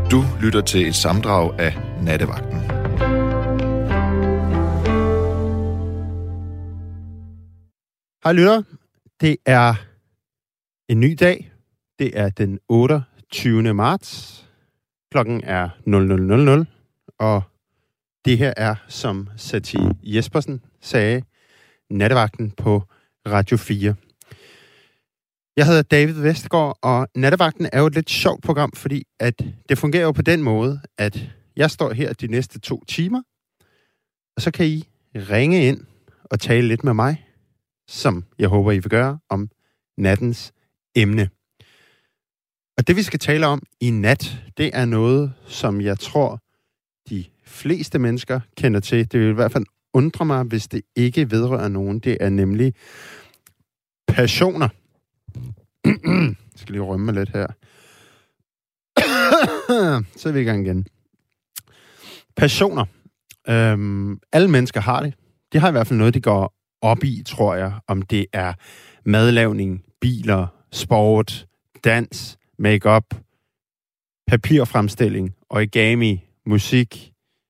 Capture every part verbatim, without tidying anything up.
Du lytter til et sammendrag af Nattevagten. Hej lytter. Det er en ny dag. Det er den otteogtyvende marts. Klokken er nul nul nul nul. Og det her er, som Satie Jespersen sagde, Nattevagten på Radio fire. Jeg hedder David Vestergaard, og Nattevagten er jo et lidt sjovt program, fordi at det fungerer jo på den måde, at jeg står her de næste to timer, og så kan I ringe ind og tale lidt med mig, som jeg håber, I vil gøre, om nattens emne. Og det, vi skal tale om i nat, det er noget, som jeg tror, de fleste mennesker kender til. Det vil i hvert fald undre mig, hvis det ikke vedrører nogen. Det er nemlig passioner. Jeg skal lige rømme mig lidt her. Så er vi i gang igen. Passioner. Øhm, alle mennesker har det. De har i hvert fald noget, de går op i, tror jeg. Om det er madlavning, biler, sport, dans, make-up, papirfremstilling, origami, musik,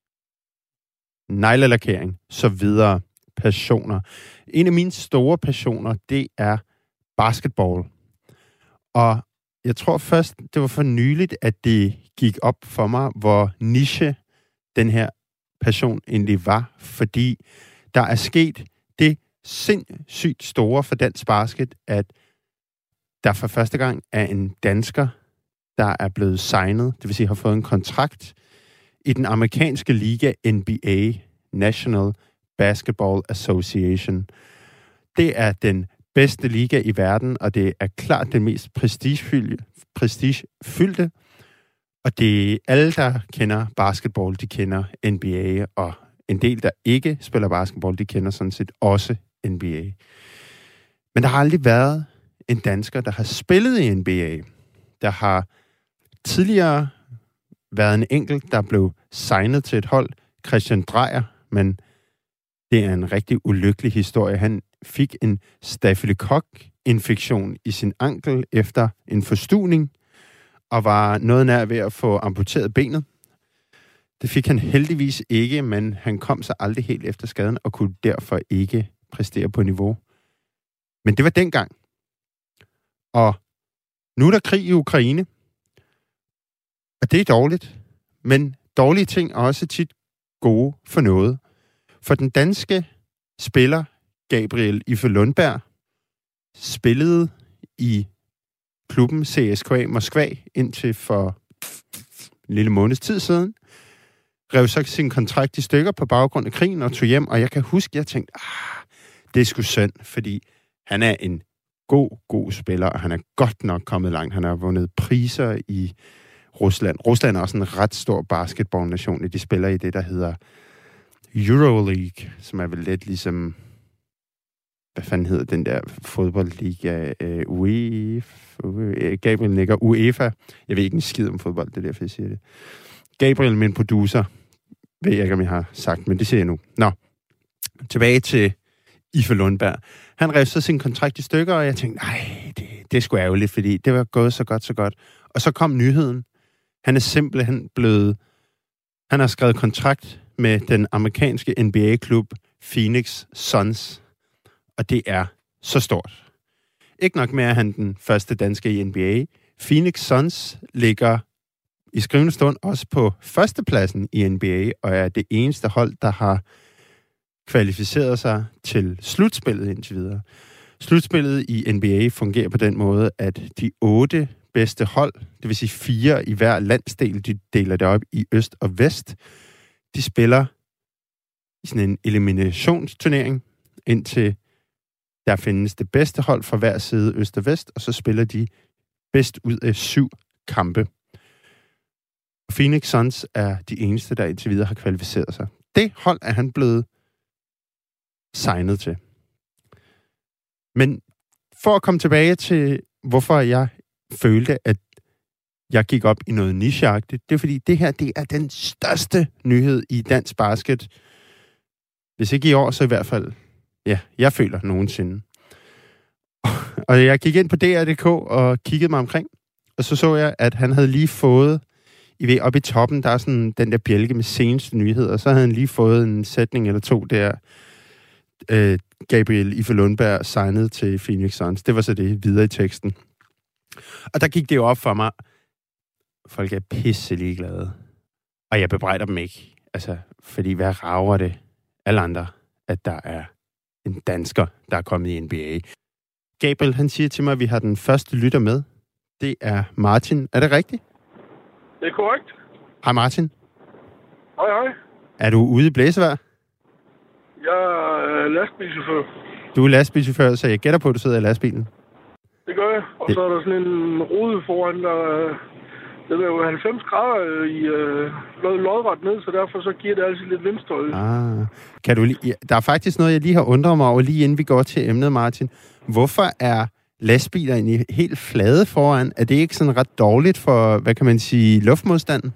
neglelakering, så videre. Passioner. En af mine store passioner, det er basketball. Og jeg tror først, det var for nyligt, at det gik op for mig, hvor niche den her passion egentlig var. Fordi der er sket det sindssygt store for dansk basket, at der for første gang er en dansker, der er blevet signet, det vil sige har fået en kontrakt i den amerikanske liga N B A, National Basketball Association. Det er den bedste liga i verden, og det er klart det mest prestigefyldte, prestigefyldte. Og det er alle, der kender basketball, de kender N B A, og en del, der ikke spiller basketball, de kender sådan set også N B A. Men der har aldrig været en dansker, der har spillet i N B A. Der har tidligere været en enkelt, der blev signet til et hold, Christian Dreyer, men det er en rigtig ulykkelig historie. Han fik en stafylokok-infektion i sin ankel efter en forstuvning, og var noget nær ved at få amputeret benet. Det fik han heldigvis ikke, men han kom sig aldrig helt efter skaden, og kunne derfor ikke præstere på niveau. Men det var dengang. Og nu er der krig i Ukraine, og det er dårligt. Men dårlige ting er også tit gode for noget. For den danske spiller, Gabriel Ife Lundberg, spillede i klubben C S K A Moskva indtil for en lille måneds tid siden. Rev så sin kontrakt i stykker på baggrund af krigen og tog hjem. Og jeg kan huske, at jeg tænkte, ah, det er sgu synd, fordi han er en god, god spiller, og han er godt nok kommet langt. Han har vundet priser i Rusland. Rusland er også en ret stor basketballnation. De spiller i det, der hedder Euroleague, som er vel lidt ligesom, hvad fanden hedder den der fodboldliga? Uh, UEFA? Gabriel nikker. UEFA. Jeg ved ikke en skid om fodbold, det er derfor, jeg siger det. Gabriel, min producer, ved jeg ikke, om jeg har sagt, men det siger jeg nu. Nå, tilbage til Ife Lundberg. Han rev så sin kontrakt i stykker, og jeg tænkte, nej, det, det er sgu ærgerligt, fordi det var gået så godt, så godt. Og så kom nyheden. Han er simpelthen blevet, han har skrevet kontrakt med den amerikanske N B A-klub Phoenix Suns, og det er så stort. Ikke nok med, at han den første danske i N B A. Phoenix Suns ligger i skrivende stund også på førstepladsen i N B A, og er det eneste hold, der har kvalificeret sig til slutspillet indtil videre. Slutspillet i N B A fungerer på den måde, at de otte bedste hold, det vil sige fire i hver landsdel, de deler det op i øst og vest, de spiller i sådan en eliminationsturnering, indtil der findes det bedste hold fra hver side, øst og vest, og så spiller de bedst ud af syv kampe. Phoenix Suns er de eneste, der indtil videre har kvalificeret sig. Det hold er han blevet signet til. Men for at komme tilbage til, hvorfor jeg følte, at jeg gik op i noget nicheagtigt, det er fordi, det her det er den største nyhed i dansk basket. Hvis ikke i år, så i hvert fald, ja, jeg føler nogensinde. Og jeg gik ind på D R punktum D K og kiggede mig omkring, og så så jeg, at han havde lige fået I ved, oppe i toppen, der er sådan den der bjælke med seneste nyheder, så havde han lige fået en sætning eller to der, øh, Gabriel Ife Lundberg signede til Phoenix Suns. Det var så det videre i teksten. Og der gik det jo op for mig, folk er pisse ligeglade. Og jeg bebrejder dem ikke. Altså, fordi hvad rager det alle andre, at der er en dansker, der er kommet i N B A. Gabriel, han siger til mig, at vi har den første lytter med. Det er Martin. Er det rigtigt? Det er korrekt. Hej Martin. Hej, hej. Er du ude i blæsevejr? Jeg er lastbilchauffør. Du er lastbilchauffør, så jeg gætter på, at du sidder i lastbilen. Det gør jeg. Og det... så er der sådan en rode foran, der det er jo halvfems grader i øh, lodret ned, så derfor så giver det altid lidt vindstøj. Ah. Kan du lige... Der er faktisk noget, jeg lige har undret mig over, lige inden vi går til emnet, Martin. Hvorfor er lastbiler egentlig helt flade foran? Er det ikke sådan ret dårligt for, hvad kan man sige, luftmodstanden?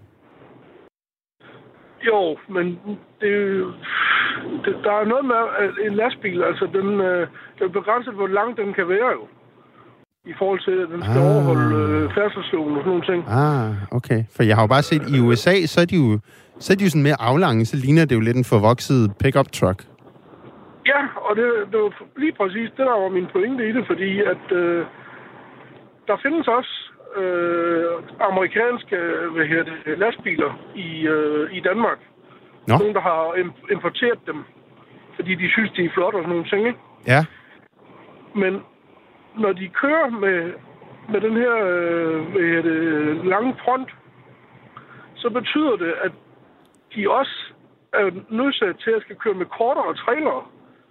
Jo, men det er jo... Det, der er noget med en lastbil, altså den, øh, det er begrænset, hvor lang den kan være jo. I forhold til, at den skal ah. overholde øh, færdselsloven og sådan nogle ting. Ah, okay. For jeg har jo bare set, i U S A, så er de jo, så er de jo sådan mere aflange, så ligner det jo lidt en forvokset pick-up truck. Ja, og det, det var lige præcis det, der var min pointe i det, fordi at øh, der findes også øh, amerikanske hvad her det, lastbiler i, øh, i Danmark. Nå. Nogen, der har importeret dem, fordi de synes, de er flotte og sådan nogle ting, ikke? Ja. Men når de kører med, med den her øh, hvad det, lange front, så betyder det, at de også er nødsat til at skal køre med kortere trailere.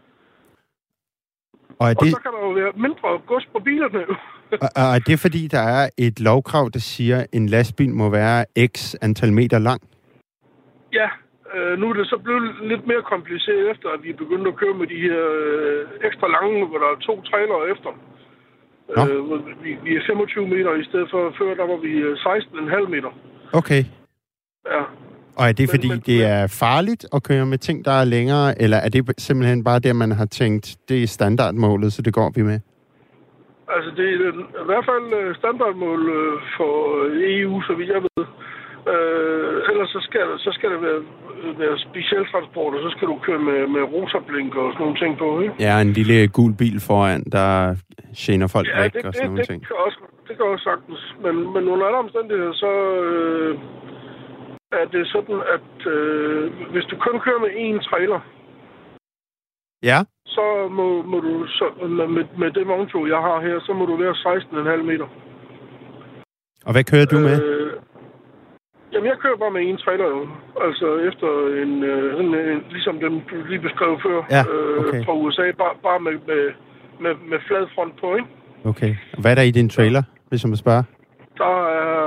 Og, er det... og så kan der jo være mindre gods på bilerne. og, og er det fordi, der er et lovkrav, der siger, at en lastbil må være x antal meter lang? Ja, øh, nu er det så blevet lidt mere kompliceret efter, at vi er begyndt at køre med de her øh, ekstra lange, hvor der er to trailere efter. Øh, vi, vi er femogtyve meter i stedet for før, der var vi seksten komma fem meter. Okay. Ja. Og er det men, fordi, men, det er farligt at køre med ting, der er længere, eller er det simpelthen bare det, man har tænkt, det er standardmålet, så det går vi med? Altså, det er i hvert fald standardmål for E U, så vidt jeg ved. Øh, ellers så skal, så skal det være, være specialtransport, og så skal du køre med, med rosablink og sådan nogle ting på, ikke? Ja, en lille gul bil foran, der gener folk ja, væk det, og sådan det, nogle det ting. Kan også, det kan også sagtens. Men, men under alle omstændigheder, så øh, er det sådan, at øh, hvis du kun kører med én trailer, ja, så må, må du, så, med, med det vogntog, jeg har her, så må du være seksten komma fem meter. Og hvad kører du med? Øh, Jamen, jeg kører bare med en trailer, jo. Altså, efter en, øh, en, en ligesom den du lige beskrev før, ja, okay. øh, fra U S A, bare, bare med, med, med, med flad front på, ikke? Okay. Og hvad er der i din trailer, hvis jeg må spørge? Der er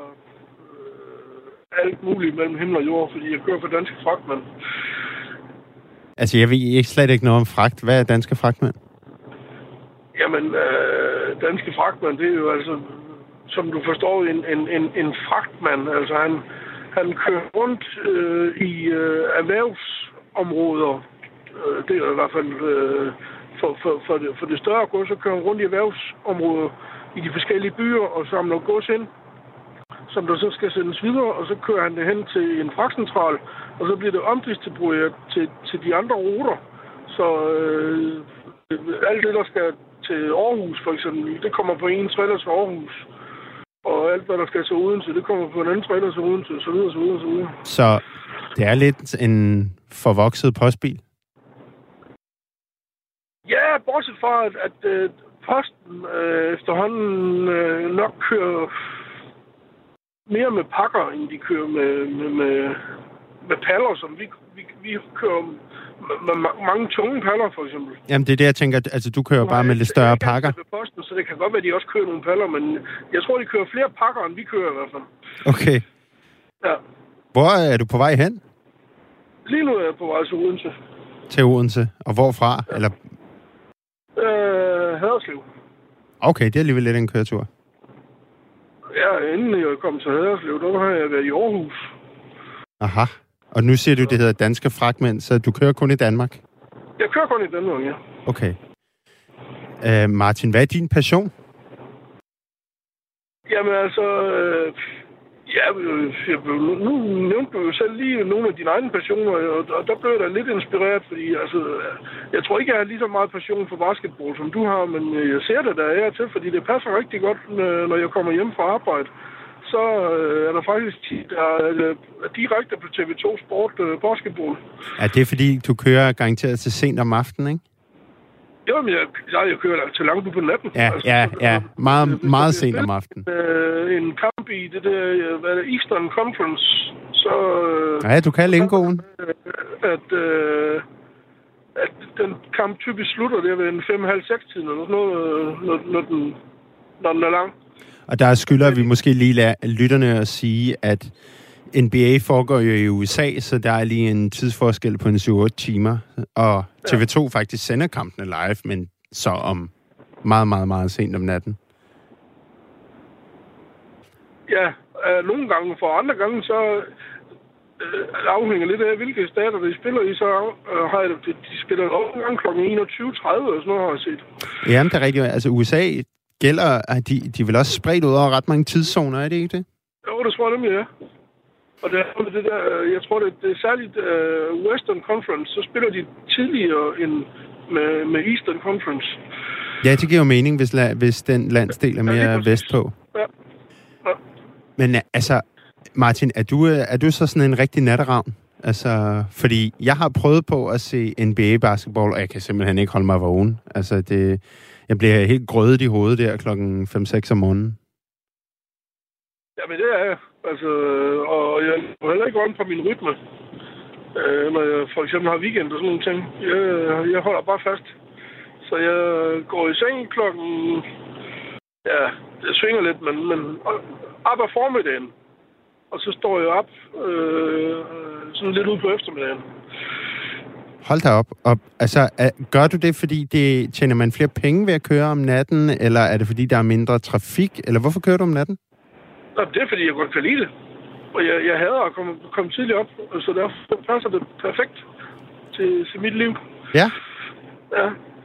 øh, alt muligt mellem himmel og jord, fordi jeg kører for Danske Fragtmænd. Altså, jeg ved ikke slet ikke noget om fragt. Hvad er Danske Fragtmænd? Jamen, øh, Danske Fragtmænd, det er jo altså... som du forstår, en, en, en, en fragtmand. Altså, han, han kører rundt øh, i øh, erhvervsområder. Øh, det er i hvert fald øh, for, for, for, det, for det større gods, så kører han rundt i erhvervsområder i de forskellige byer og samler gods ind, som der så skal sendes videre, og så kører han det hen til en fragtcentral, og så bliver det omdistribueret til, til de andre ruter. Så øh, alt det, der skal til Aarhus, for eksempel, det kommer på en trailer til Aarhus. Og alt, hvad der skal til Odense, det kommer på en anden trailer til Odense, så videre, så videre, så videre. Så det er lidt en forvokset postbil? Ja, bortset fra, at, at, at posten øh, efterhånden øh, nok kører mere med pakker, end de kører med, med, med, med paller, som vi, vi, vi kører med, med mange tunge paller, for eksempel. Jamen, det er det, jeg tænker. Altså, du kører Nej, bare med lidt større pakker. Med posten, så det kan godt være, at de også kører nogle paller, men jeg tror, de kører flere pakker, end vi kører i hvert fald. Okay. Ja. Hvor er du på vej hen? Lige nu er jeg på vej til Odense. Til Odense. Og hvorfra? Ja. Eller... Øh, Haderslev. Okay, det er alligevel lidt en køretur. Ja, inden jeg kom til Haderslev, der har jeg været i Aarhus. Aha. Og nu siger du, det hedder Danske Fragtmænd, så du kører kun i Danmark? Jeg kører kun i Danmark, ja. Okay. Uh, Martin, hvad er din passion? Jamen altså, øh, Ja, jeg, nu nævnte du jo selv lige nogle af dine egne passioner, og der blev jeg da lidt inspireret, fordi altså, jeg tror ikke, jeg har lige så meget passion for basketball, som du har, men jeg ser det der er til, fordi det passer rigtig godt, når jeg kommer hjem fra arbejde. Så er der faktisk der er direkte på T V to Sport basketball. Ja, det er fordi, du kører garanteret til sent om aftenen, ikke? Jo, men jeg, jeg, jeg kører til langt ud på natten. Ja, altså, ja, ja. Meget, det, meget sent om aftenen. Øh, en kamp i det der, hvad er det, Eastern Conference, så... Ja, du kan lingoen. At, øh, at den kamp typisk slutter der ved en fem halv seks tiden eller sådan noget, når, når, den, når den er lang. Og der skylder vi måske lige lade lytterne at sige, at N B A foregår jo i U S A, så der er lige en tidsforskel på en syv otte timer. Og T V to faktisk sender kampene live, men så om meget, meget, meget sent om natten. Ja, øh, nogle gange. For andre gange, så øh, afhænger lidt af, hvilke stater de spiller i. Så øh, har jeg, de, de spiller nogle gange klokken enogtyve tredive, og sådan noget har jeg set. Jamen, det er rigtigt. Altså, U S A gælder, de, de er vel også spredt ud over ret mange tidszoner, er det ikke det? Jo, det tror jeg nemlig, ja. Og det er det der, jeg tror, det, det er særligt uh, Western Conference, så spiller de tidligere end med, med Eastern Conference. Ja, det giver jo mening, hvis, la, hvis den landsdel er mere ja, vestpå. Ja. Ja. Men altså, Martin, er du, er du så sådan en rigtig natteravn? Altså, fordi jeg har prøvet på at se N B A-basketball, og jeg kan simpelthen ikke holde mig vågen. Altså, det, jeg bliver helt grødet i hovedet der klokken fem seks om morgenen. Jamen, det er jeg. Altså, og jeg må heller ikke rundt på min rytme, øh, når jeg for eksempel har weekend og sådan nogle ting. Jeg, jeg holder bare fast. Så jeg går i seng klokken... Ja, det svinger lidt, men, men op ad formiddagen. Og så står jeg op øh, sådan lidt ud på eftermiddagen. Hold da op. Og, altså, gør du det, fordi det tjener man flere penge ved at køre om natten, eller er det, fordi der er mindre trafik? Eller hvorfor kører du om natten? Nå, det er, fordi jeg godt kan lide det. Og jeg, jeg hader at komme, komme tidligt op, så derfor passer det perfekt til, til mit liv. Ja? Ja.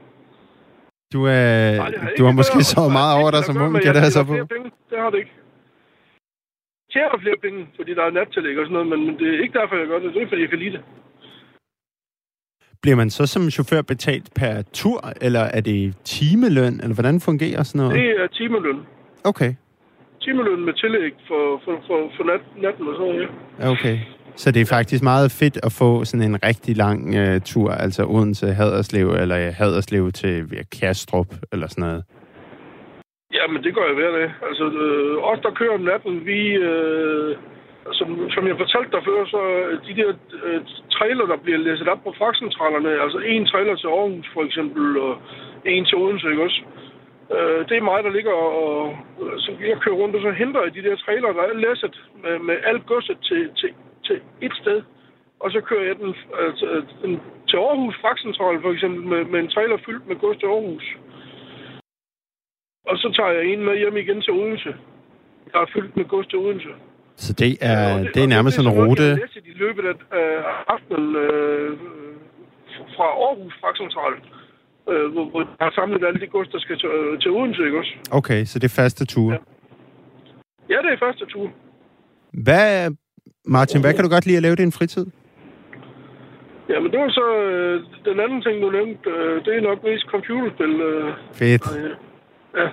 Du, er, Nej, du har måske så meget over dig som ung, kan det have så på? Penge. Det har det ikke. Jeg tjener flere penge, fordi der er nattillæg og sådan noget, men det er ikke derfor, jeg gør det. Det er, fordi jeg kan lide det. Bliver man så som chauffør betalt per tur, eller er det timeløn, eller hvordan fungerer sådan noget? Det er timeløn. Okay. Timeløn med tillæg for, for, for, for nat, natten og sådan noget, ja. Okay. Så det er faktisk meget fedt at få sådan en rigtig lang uh, tur, altså Odense, Haderslev, eller Haderslev til Kærstrup, eller sådan noget. Jamen, det gør jeg ved det. Altså, øh, os, der kører om natten, vi... Øh, som, som jeg fortalte dig før, så de der øh, trailer, der bliver læsset op på fragtcentralerne, altså en trailer til Aarhus, for eksempel, og en til Odense, ikke også? Øh, det er mig, der ligger og... Så jeg kører rundt, og så henter jeg de der trailer, der er læsset med, med alt godset til, til, til et sted. Og så kører jeg den, altså, den til Aarhus fragtcentral, for eksempel, med, med en trailer fyldt med gods til Aarhus. Og så tager jeg en med hjem igen til Odense. Der er fyldt med gods til Odense. Så det er, ja, det, det er nærmest sådan en rute... Jeg har læst i løbet af øh, aftenen øh, fra Aarhus fragtcentral, øh, hvor, hvor jeg har samlet alle de gods, der skal til, øh, til Odense, ikke også? Okay, så det er faste ture. Ja, ja det er faste ture. Hvad, Martin, hvad kan du godt lide at lave i din fritid? Jamen, det var så øh, den anden ting, du nævnte. Øh, det er nok mest computerspil. Øh, Fedt. Øh, ja.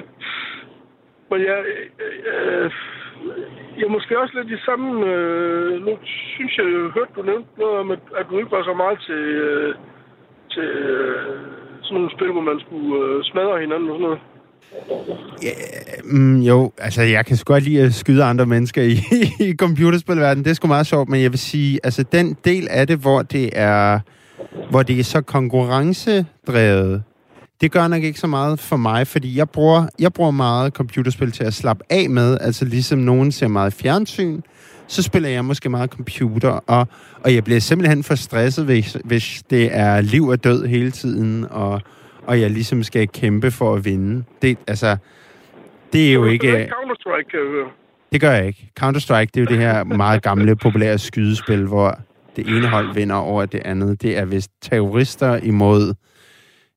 Men jeg... Øh, øh, jeg er måske også lidt i samme... Øh, nu synes jeg, jeg hørte, du nævnte noget om, at, at du ikke var så meget til, øh, til øh, sådan nogle spil, hvor man skulle øh, smadre hinanden og sådan noget. Ja, mm, jo, altså jeg kan sgu godt lide at skyde andre mennesker i, i computerspilverdenen. Det er sgu meget sjovt, men jeg vil sige, altså den del af det, hvor det er, hvor det er så konkurrencedrevet, det gør nok ikke så meget for mig, fordi jeg bruger, jeg bruger meget computerspil til at slappe af med. Altså ligesom nogen ser meget fjernsyn, så spiller jeg måske meget computer, og, og jeg bliver simpelthen for stresset, hvis, hvis det er liv og død hele tiden, og, og jeg ligesom skal kæmpe for at vinde. Det, altså, det er jo ikke... Counter-Strike, kan jeg høre. Det gør jeg ikke. Counter-Strike, det er jo det her meget gamle, populære skydespil, hvor det ene hold vinder over det andet. Det er vist terrorister imod...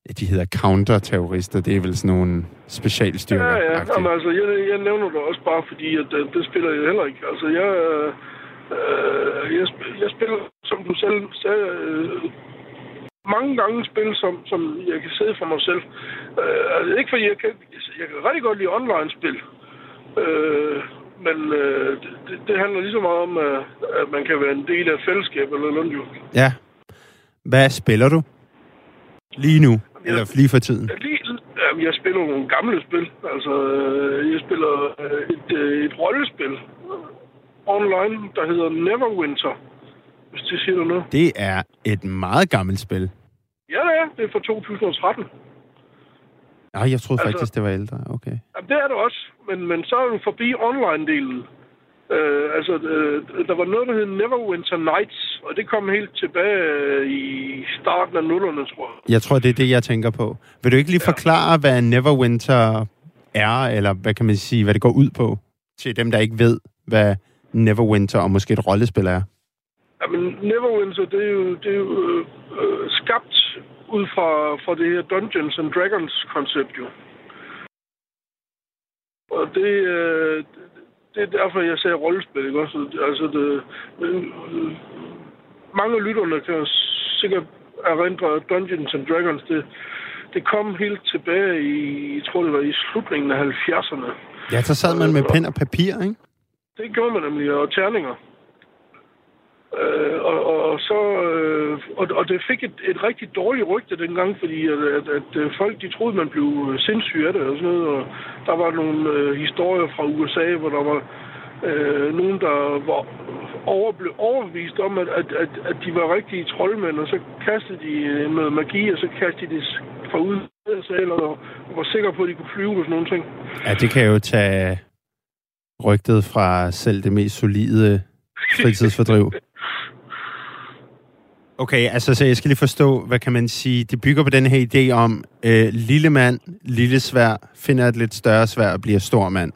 de hedder counter-terrorister. Det er vel sådan nogle specialstyrker. Ja, ja. Jamen, altså, jeg, jeg nævner det også bare, fordi at, det, det spiller jeg heller ikke. Altså, jeg, øh, jeg, jeg spiller, som du selv sagde, øh, mange gange spil, som, som jeg kan sidde for mig selv. Øh, altså, ikke fordi jeg kan... Jeg kan rigtig godt lide online-spil. Øh, men øh, det, det handler lige så meget om, at man kan være en del af et fællesskab eller noget. Ja. Hvad spiller du? Lige nu? Jeg, eller lige for tiden? Lige, jamen, jeg spiller nogle gamle spil. Altså, jeg spiller et, et rollespil online, der hedder Neverwinter. Hvis det siger du noget. Det er et meget gammelt spil. Ja, det er. Det er fra to tusind og tretten. Ja, jeg troede altså, faktisk, det var ældre. Okay. Jamen, det er det også. Men, men så er du forbi online-delen. Øh, altså, øh, der var noget, der hed Neverwinter Nights, og det kom helt tilbage øh, i starten af nullerne, tror jeg. Jeg tror, det er det, jeg tænker på. Vil du ikke lige ja. forklare, hvad Neverwinter er, eller hvad kan man sige, hvad det går ud på, til dem, der ikke ved, hvad Neverwinter og måske et rollespil er? Jamen, Neverwinter, det er jo, det er jo øh, øh, skabt ud fra, fra det her Dungeons and Dragons-koncept, jo. Og det, øh, det er derfor, jeg sagde rollespil, ikke også? Altså, det, øh, mange af lytterne kan sikkert erindre, at Dungeons and Dragons, det, det kom helt tilbage i, jeg tror, det var i slutningen af halvfjerdserne. Ja, så sad man med pen og papir, ikke? Det gjorde man nemlig, og terninger. Øh, og, og, så, øh, og, og det fik et, et rigtig dårligt rygte dengang, fordi at, at, at folk de troede, man blev sindssyg af det og sådan noget. Og der var nogle øh, historier fra U S A, hvor der var øh, nogen, der var over, blev overbevist om, at, at, at, at de var rigtige troldmænd, og så kastede de noget magi, og så kastede de fra ud og var sikre på, at de kunne flyve og sådan nogle ting. Ja, det kan jo tage rygtet fra selv det mest solide fritidsfordriv. Okay, altså så jeg skal lige forstå, hvad kan man sige, det bygger på den her idé om, øh, lille mand, lille svær, finder et lidt større svær og bliver stor mand.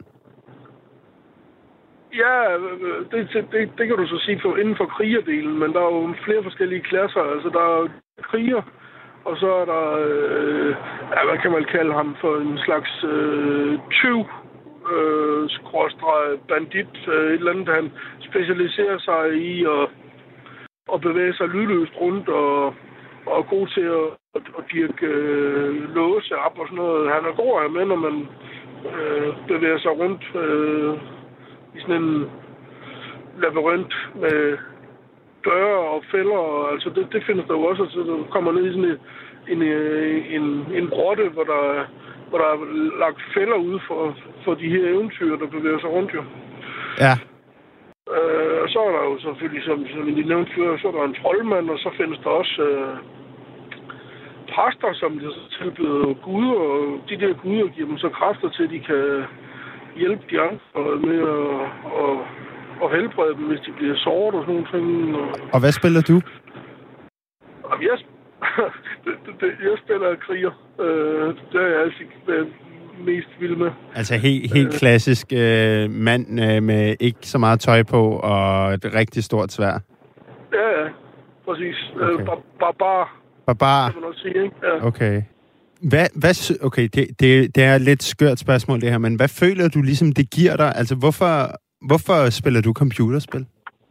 Ja, det, det, det kan du så sige for, inden for krigerdelen, men der er jo flere forskellige klasser. Altså der er kriger, og så er der, øh, ja, hvad kan man kalde ham, for en slags øh, tyv, øh, skråstreg, bandit, øh, et eller andet, han specialiserer sig i at og bevæge sig lydløst rundt, og, og er god til at, at, at dirke øh, låse op og sådan noget. Han er god med, når man øh, bevæger sig rundt øh, i sådan en labyrint med døre og fælder. Og, altså det, det findes der jo også, så du kommer ned i sådan en, en, en, en grotte, hvor der, hvor der er lagt fælder ud for, for de her eventyr, der bevæger sig rundt jo. Ja. Øh, og så er der jo selvfølgelig, som, som I nævnte før, så er der en troldmand, og så findes der også øh, præster, som de tilbyder guder, og de der guder giver dem så kræfter til, at de kan hjælpe de andre med at, at, at helbrede dem, hvis de bliver såret og sådan nogle ting. Og, og hvad spiller du? Jeg, det, det, jeg spiller kriger. Øh, det er jeg altid været mest vild med. Altså helt, helt klassisk øh, mand øh, med ikke så meget tøj på og et rigtig stort sværd. Ja, ja. Præcis. Okay. Øh, barbar. Barbar. Kan man også sige, ikke? Ja. Okay. Hvad, hvad, okay, det, det, det er et lidt skørt spørgsmål det her, men hvad føler du ligesom det giver dig? Altså hvorfor, hvorfor spiller du computerspil?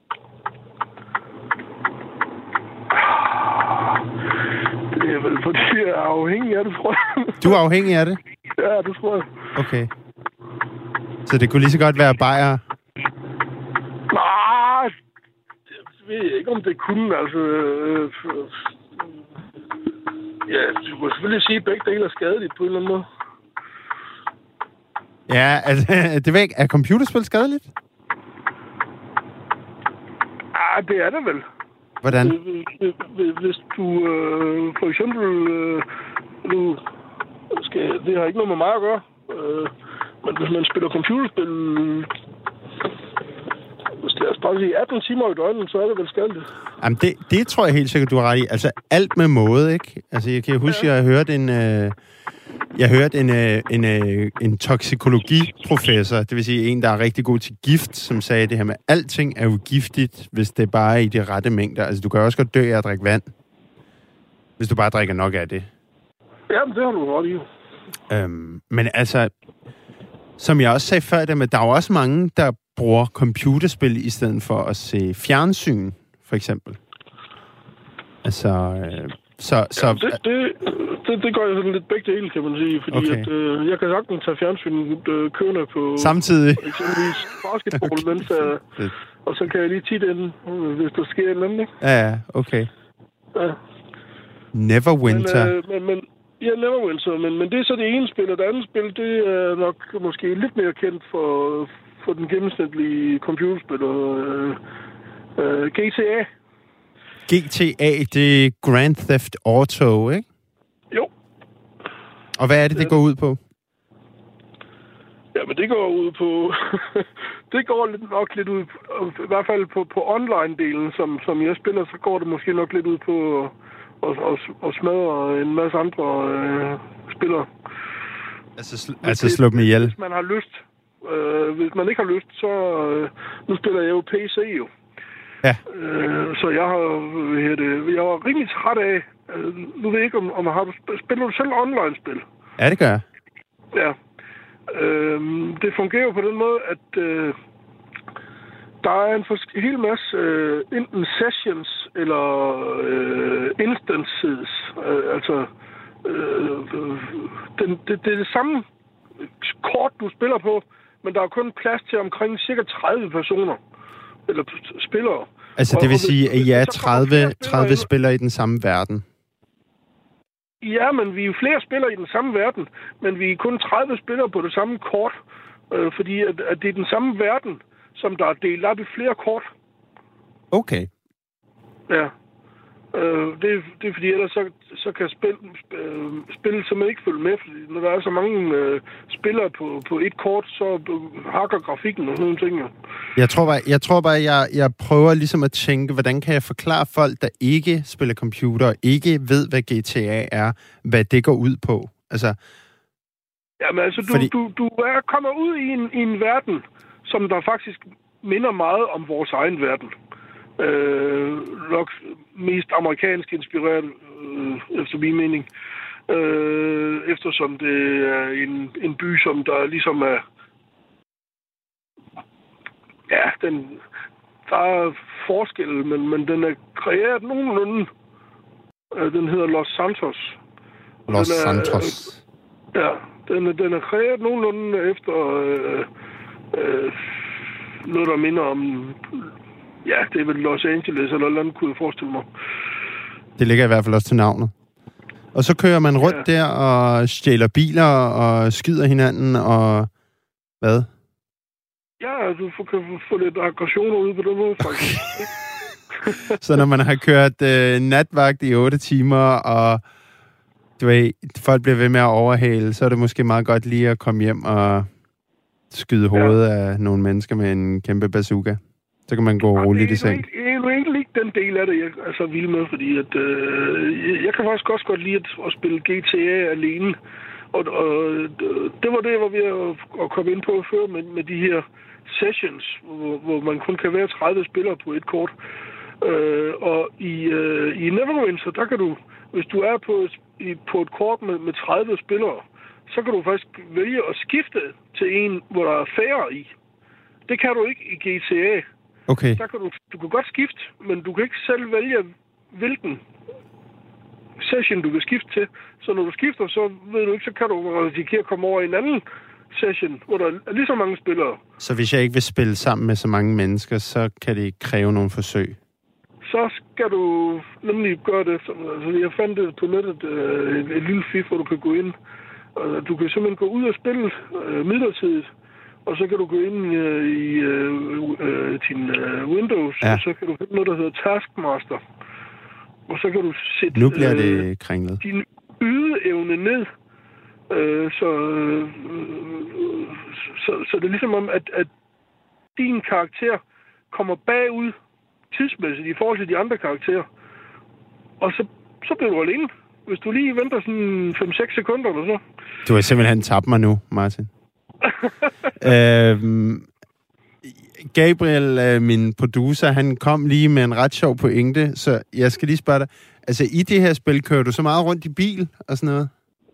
Det er vel fordi jeg er afhængig af det, tror jeg. Du er afhængig af det? Ja, det tror jeg. Okay. Så det kunne lige så godt være bajer? Nej, jeg ved ikke, om det kunne, altså... Øh, ja, du kunne selvfølgelig sige, at begge dele er skadeligt på en eller anden måde. Ja, altså, det ved ikke. Er computerspil skadeligt? Ja, det er det vel. Hvordan? Hvis du øh, for eksempel... Øh, du skal, det har ikke noget med mig at gøre. Øh, men hvis man spiller computerspil... Hvis det er bare sige atten timer i døgnet, så er det vel skadeligt. Jamen, det, det tror jeg helt sikkert, du har ret i. Altså, alt med måde, ikke? Altså, jeg kan huske, ja. jeg har hørt en... Øh, jeg hørte en, øh, en, øh, en toksikologiprofessor, det vil sige en, der er rigtig god til gift, som sagde det her med, alting er jo giftigt, hvis det bare er i de rette mængder. Altså, du kan også godt dø af at drikke vand, hvis du bare drikker nok af det. Jamen, det har du ret i. Øhm, men altså, som jeg også sagde før, der, med, der er jo også mange, der bruger computerspil i stedet for at se fjernsyn, for eksempel. Altså, øh, så... så ja, det, det, det, det gør jeg sådan lidt begge dele, kan man sige. Fordi okay. at, øh, jeg kan sagtens tage fjernsynet øh, kørende på... Samtidig? Eksempelvis basketball, okay. mens jeg, og så kan jeg lige tit ind, hvis der sker en anden, ikke? Ja, ja, okay. Ja. Neverwinter. Men, øh, men, men, ja, Neverwinter, men, men det er så det ene spil, og det andet spil, det er nok måske lidt mere kendt for, for den gennemsnitlige computerspiller. Øh, øh, G T A. G T A, det er Grand Theft Auto, ikke? Jo. Og hvad er det, det går ud på? Ja, men det går ud på... det går lidt, nok lidt ud... I hvert fald på, på online-delen, som, som jeg spiller, så går det måske nok lidt ud på at, at, at smadre en masse andre øh, spillere. Altså, sl- altså slå dem ihjel? Hvis man har lyst. Øh, hvis man ikke har lyst, så... Øh, nu spiller jeg jo P C jo. Ja. Øh, så jeg har... Hvad det, jeg var rimelig træt af... Øh, nu ved jeg ikke, om, om har du, spiller du selv online-spil? Ja, det gør jeg. Ja. Øhm, det fungerer jo på den måde, at øh, der er en fors- hel masse øh, enten sessions eller øh, instances. Øh, altså, øh, den, det, det er det samme kort, du spiller på, men der er kun plads til omkring cirka tredive personer, eller spillere. Altså, det vil og, sige, at I er tredive, tredive spillere i den samme verden? Ja, men vi er jo flere spillere i den samme verden, men vi er kun tredive spillere på det samme kort, øh, fordi at, at det er den samme verden, som der er delt op i flere kort. Okay. Ja. Øh, det, det er fordi, ellers så, så kan spil, øh, spillet simpelthen ikke følge med, fordi når der er så mange øh, spillere på, på et kort, så hakker grafikken og sådan nogle ting. Jeg tror bare, jeg, tror bare jeg, jeg prøver ligesom at tænke, hvordan kan jeg forklare folk, der ikke spiller computer, og ikke ved, hvad G T A er, hvad det går ud på? Altså, Jamen altså, du, fordi... du, du er, kommer ud i en, i en verden, som der faktisk minder meget om vores egen verden. Øh, nok mest amerikansk inspireret, øh, efter min mening. Øh, eftersom det er en, en by, som der ligesom er... Ja, den, der er forskel, men, men den er kreeret nogenlunde. Øh, den hedder Los Santos. Los er, Santos. Øh, ja, den, den er kreeret nogenlunde efter øh, øh, noget, der minder om... Ja, det er vel Los Angeles, eller noget andet, kunne jeg forestille mig. Det ligger i hvert fald også til navnet. Og så kører man rundt ja. der og stjæler biler og skyder hinanden og... Hvad? Ja, du kan få lidt aggressioner ud på den måde, faktisk. Okay. Så når man har kørt øh, natvagt i otte timer, og du ved, folk bliver ved med at overhale, så er det måske meget godt lige at komme hjem og skyde hovedet ja. af nogle mennesker med en kæmpe bazooka. Så kan man gå ja, roligt i seng. Det er jo egentlig ikke den del af det, jeg er så vild med, fordi at, øh, jeg kan faktisk også godt lide at, at spille G T A alene. Og, og det var det, hvor vi at komme ind på før med, med de her sessions, hvor, hvor man kun kan være tredive spillere på et kort. Øh, og i, øh, i Neverwinter, der kan du, hvis du er på, i, på et kort med, med tredive spillere, så kan du faktisk vælge at skifte til en, hvor der er færre i. Det kan du ikke i G T A. Okay. Der kan du, du kan godt skifte, men du kan ikke selv vælge, hvilken session du vil skifte til. Så når du skifter, så ved du ikke, så kan du risikere at komme over i en anden session, hvor der er lige så mange spillere. Så hvis jeg ikke vil spille sammen med så mange mennesker, så kan det kræve nogle forsøg? Så skal du nemlig gøre det. Altså, jeg fandt det på nettet, øh, et, et lille fif, hvor du kan gå ind. Og du kan simpelthen gå ud og spille øh, midlertidigt. Og så kan du gå ind øh, i øh, øh, din øh, Windows, ja. Og så kan du finde noget, der hedder Taskmaster. Og så kan du sætte nu bliver det øh, kringlet. Din ydeevne ned. Øh, så, øh, så, så det er ligesom om, at, at din karakter kommer bagud tidsmæssigt i forhold til de andre karakterer. Og så, så bliver du alene. Hvis du lige venter sådan fem seks sekunder eller så. Du har simpelthen tabt mig nu, Martin. øhm, Gabriel, min producer, han kom lige med en ret sjov pointe, så jeg skal lige spørge dig. Altså, i det her spil, kører du så meget rundt i bil og sådan noget?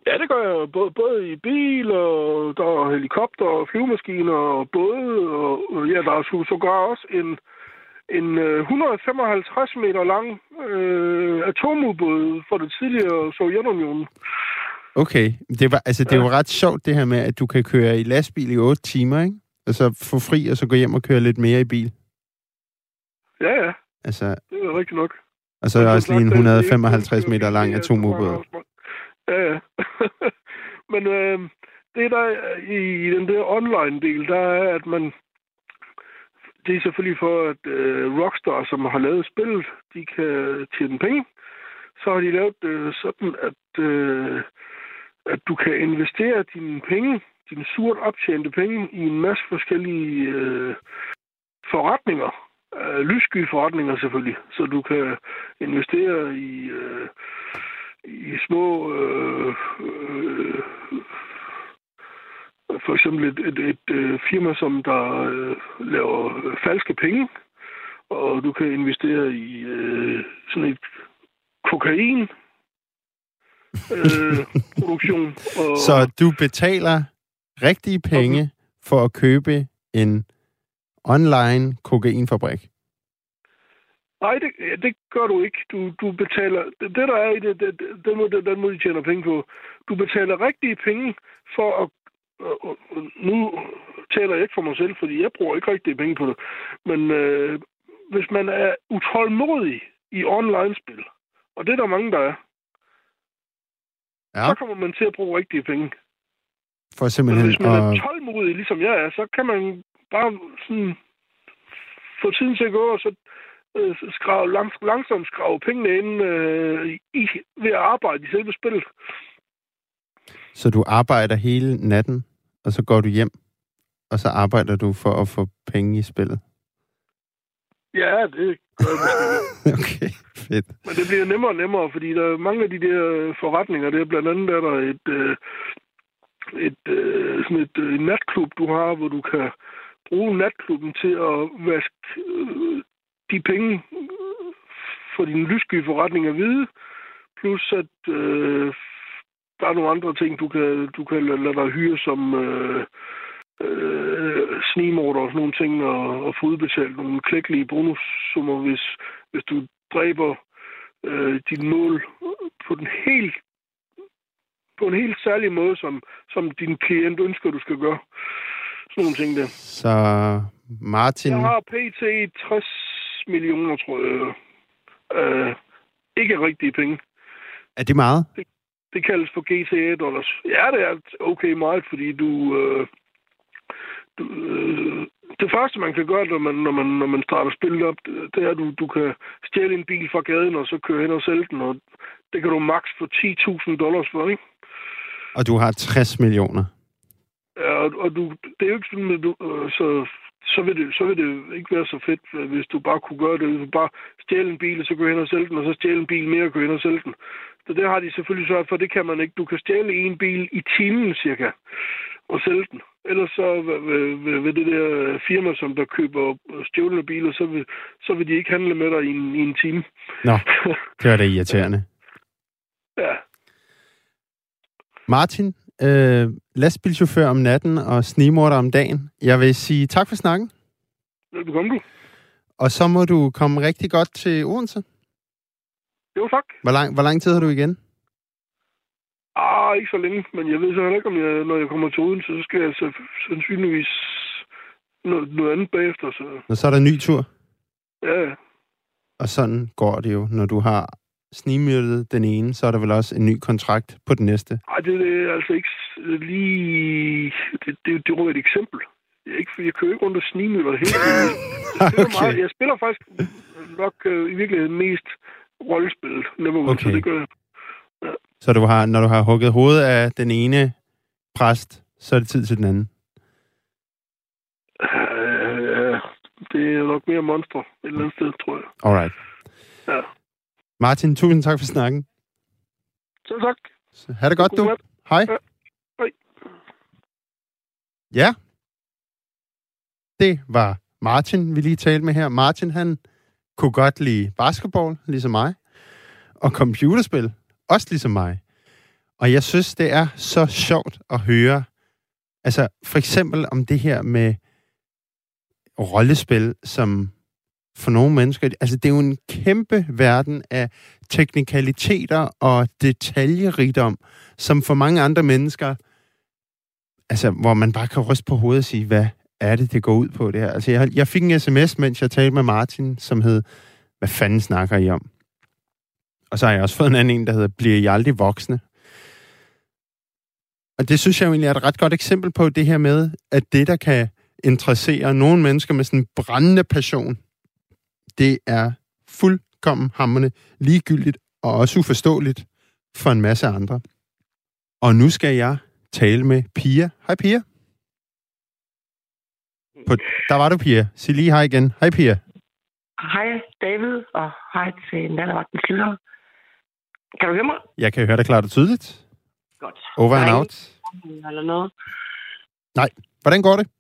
Ja, det gør jeg. Både, både i bil, og der er helikopter, og flyvemaskiner, og både. Og, og ja, der er sågar også en, en et hundrede og femoghalvtreds meter lang øh, atomubåd fra det tidligere Sovjetunionen. Okay. Det var, altså, det er jo ret sjovt, det her med, at du kan køre i lastbil i otte timer, ikke? Og så få fri, og så gå hjem og køre lidt mere i bil. Ja, ja. Altså, det er rigtigt nok. Og så er der også lige en et hundrede og femoghalvtreds meter lang atomubåd. Ja, ja. Men øh, det der i, i den der online-del, der er, at man... Det er selvfølgelig for, at øh, Rockstar, som har lavet spillet, de kan tjene penge. Så har de lavet det øh, sådan, at, øh, at du kan investere dine penge, dine surt optjente penge, i en masse forskellige øh, forretninger. Øh, lyssky forretninger selvfølgelig. Så du kan investere i... Øh, i små, øh, øh, for eksempel et, et, et, et firma, som der øh, laver falske penge, og du kan investere i øh, sådan et kokain øh, produktion. Og så du betaler rigtige penge okay. for at købe en online kokainfabrik? Nej, det, det gør du ikke. Du, du betaler... Det, det der er i det, det, det den, må, den må de tjene penge på. Du betaler rigtige penge for at... Og, og, nu taler jeg ikke for mig selv, fordi jeg bruger ikke rigtige penge på det. Men øh, hvis man er utålmodig i online-spil, og det er der mange, der er, ja. Så kommer man til at bruge rigtige penge. For simpelthen... Men hvis man og... er tålmodig, ligesom jeg er, så kan man bare sådan få tiden til at gå, og så skrave, langs, langsomt skrave pengene ind øh, i, ved at arbejde i selve spillet. Så du arbejder hele natten, og så går du hjem, og så arbejder du for at få penge i spillet? Ja, det gør jeg. Okay, fedt. Men det bliver nemmere og nemmere, fordi der er mange af de der forretninger, det er blandt andet er der et, øh, et, øh, sådan et øh, natklub, du har, hvor du kan bruge natklubben til at vaske øh, de penge for dine lyssky forretninger hvide, plus at øh, der er nogle andre ting, du kan, du kan lade dig hyre som øh, øh, snigmorder og sådan nogle ting, og, og få udbetalt nogle klækkelige bonussummer, hvis, hvis du dræber øh, dit mål på den helt på en helt særlig måde, som, som din klient ønsker, du skal gøre. Sådan nogle ting der. Så Martin... Jeg har pt. tres millioner, tror jeg. Øh, ikke rigtige penge. Er det meget? Det, det kaldes for G T A-dollars. Ja, det er okay meget, fordi du... Øh, du øh, det første, man kan gøre, når man, når man, når man starter spillet op, det er, at du, du kan stjæle en bil fra gaden, og så køre hen og sælge den, og det kan du maks få ti tusind dollars for, ikke? Og du har tres millioner? Ja, og, og du, det er jo ikke sådan, at du... Øh, så... Så vil, det, så vil det ikke være så fedt, hvis du bare kunne gøre det. Hvis du bare stjæle en bil, og så gå hen og sælge den, og så stjæle en bil mere og gå hen og sælge den. Så det har de selvfølgelig sørget for, det kan man ikke. Du kan stjæle en bil i timen cirka, og sælge den. Ellers så ved, ved, ved det der firma, som der køber stjålne biler, så vil, så vil de ikke handle med dig i en, i en time. Nå, det er da irriterende. Ja. Martin, øh, lastbilchauffør om natten og snigmorder om dagen. Jeg vil sige tak for snakken. Velbekomme du. Og så må du komme rigtig godt til Odense. Jo, tak. Hvor lang, hvor lang tid har du igen? Ah, ikke så længe, men jeg ved så heller ikke, om jeg, når jeg kommer til Odense, så skal jeg så sandsynligvis noget, noget andet bagefter. Så. Og så er der en ny tur? Ja. Og sådan går det jo, når du har snigmyrdet den ene, så er der vel også en ny kontrakt på den næste? Nej, det, det er altså ikke lige... Det, det, det var et eksempel. Det er ikke, fordi jeg kører ikke rundt og snigmyrder hele tiden. Jeg spiller, okay. meget, jeg spiller faktisk nok øh, i virkeligheden mest rollespil. Okay. Så det gør jeg. Ja. Så du har, når du har hugget hovedet af den ene præst, så er det tid til den anden? Uh, det er nok mere monster et eller andet sted, tror jeg. Alright. Ja. Martin, tusind tak for snakken. Så tak. Så, ha' det godt, du. Hej. Ja. Hej. Ja. Det var Martin, vi lige talte med her. Martin, han kunne godt lide basketball, ligesom mig. Og computerspil, også ligesom mig. Og jeg synes, det er så sjovt at høre, altså for eksempel om det her med rollespil, som for nogle mennesker, altså det er jo en kæmpe verden af teknikaliteter og detaljerigdom, som for mange andre mennesker, altså hvor man bare kan ryste på hovedet og sige, hvad er det, det går ud på det her? Altså jeg, jeg fik en sms, mens jeg talte med Martin, som hed, hvad fanden snakker I om? Og så har jeg også fået en anden en, der hedder, bliver I aldrig voksne? Og det synes jeg jo egentlig er et ret godt eksempel på det her med, at det, der kan interessere nogle mennesker med sådan en brændende passion, det er fuldkommen hamrende ligegyldigt og også uforståeligt for en masse andre. Og nu skal jeg tale med Pia. Hej Pia. På, der var du, Pia. Sig lige hej igen. Hej Pia. Hej David, og hej til nattevagtens lyttere. Kan du høre mig? Jeg kan høre dig klart og tydeligt. Godt. Over and out. Eller noget? Nej. Hvordan går det?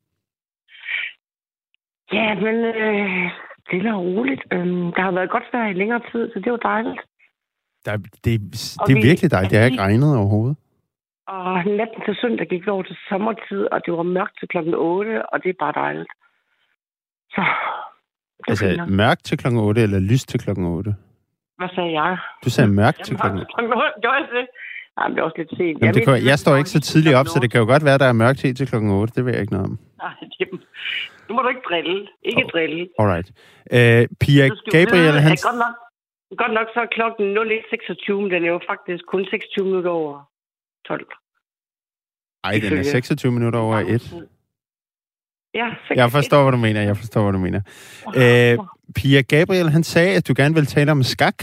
Ja, men øh, det er roligt. Øhm, der har været godt vejr i længere tid, så det var dejligt. Der, det, det, det er virkelig dejligt. Det har ikke regnet overhovedet. Og natten til søndag gik vi over til sommertid, og det var mørkt til klokken otte, og det er bare dejligt. Så... Altså finder. Mørkt til klokken otte, eller lys til klokken otte? Hvad sagde jeg? Du sagde mørkt til klokken otte. Gjorde jeg det? Nej, det er også lidt sent. Jamen, jeg, det kan, jeg står ikke så tidligt op, så det kan jo godt være, at der er mørkt helt til klokken otte. Det ved jeg ikke noget om. Nej, det, nu må du ikke drille. Ikke oh. drille. Alright. Uh, Pia Gabriel, vide, han... Godt nok, godt nok så er klokken nul et seksogtyve, men den er jo faktisk kun seksogtyve minutter over tolv. Ej, den er seksogtyve minutter over et. Ja, jeg forstår, hvad du mener. Jeg forstår, hvad du mener. Uh, Pia Gabriel, han sagde, at du gerne vil tale om skak.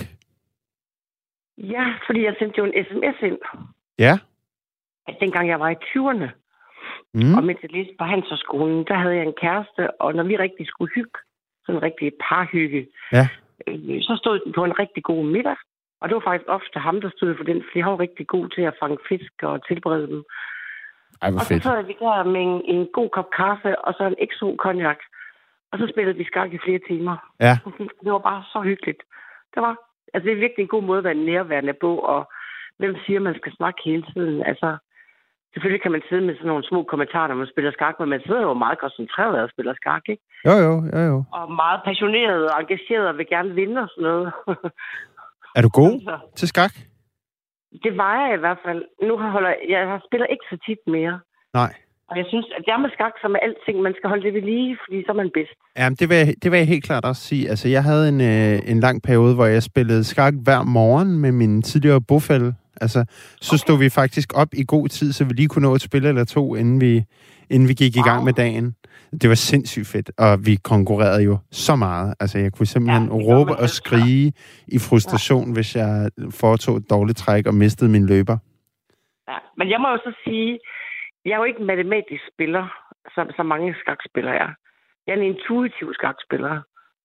Ja, fordi jeg sendte jo en sms ind. Ja. At dengang jeg var i tyverne, mm. og mens jeg læste på Handelshøjskolen, der havde jeg en kæreste, og når vi rigtig skulle hygge, sådan en rigtig parhygge, ja. øh, så stod den på en rigtig god middag. Og det var faktisk ofte ham, der stod for den, fordi han var rigtig god til at fange fisk og tilberede dem. Ej, hvor og fedt. så sad vi der med en, en god kop kaffe, og så en X O-konjak. Og så spillede vi skak i flere timer. Ja. Det var bare så hyggeligt. Det var... Altså, det er virkelig en god måde at være nærværende på, og hvem siger, man skal snakke hele tiden? Altså, selvfølgelig kan man sidde med sådan nogle små kommentarer, når man spiller skak, men man sidder jo meget koncentreret og spiller skak, ikke? Jo, jo, jo, jo. Og meget passioneret og engageret og vil gerne vinde og sådan noget. Er du god altså, til skak? Det var jeg i hvert fald. Nu holder jeg, jeg spiller ikke så tit mere. Nej. Og jeg synes, at jeg med skak, som med alting, man skal holde det ved lige, fordi så er man bedst. Jamen, det vil, jeg, det vil jeg helt klart også sige. Altså, jeg havde en, øh, en lang periode, hvor jeg spillede skak hver morgen med min tidligere bofælle. Altså, så okay. stod vi faktisk op i god tid, så vi lige kunne nå et spil eller to, inden vi, inden vi gik wow. i gang med dagen. Det var sindssygt fedt, og vi konkurrerede jo så meget. Altså, jeg kunne simpelthen ja, råbe og skrige i frustration, ja. hvis jeg foretog et dårligt træk og mistede min løber. Ja, men jeg må jo så sige... Jeg er jo ikke en matematisk spiller, som så mange skakspillere er. Jeg er en intuitiv skakspiller.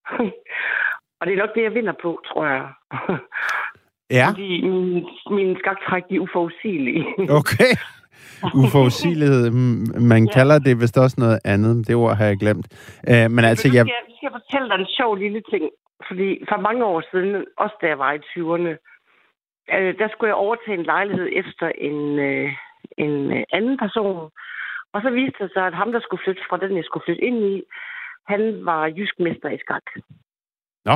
Og det er nok det, jeg vinder på, tror jeg. Ja. Fordi min, min skaktræk er uforudsigelige. Okay. Uforudsigelighed. Man ja. kalder det vist også noget andet. Det ord har jeg glemt. Uh, men altså, jeg... Jeg skal fortælle dig en sjov lille ting. Fordi for mange år siden, også da jeg var i tyverne, uh, der skulle jeg overtage en lejlighed efter en... Uh, en anden person. Og så viste det sig, at ham, der skulle flytte fra den, jeg skulle flytte ind i, han var jysk mester i skak. Nå.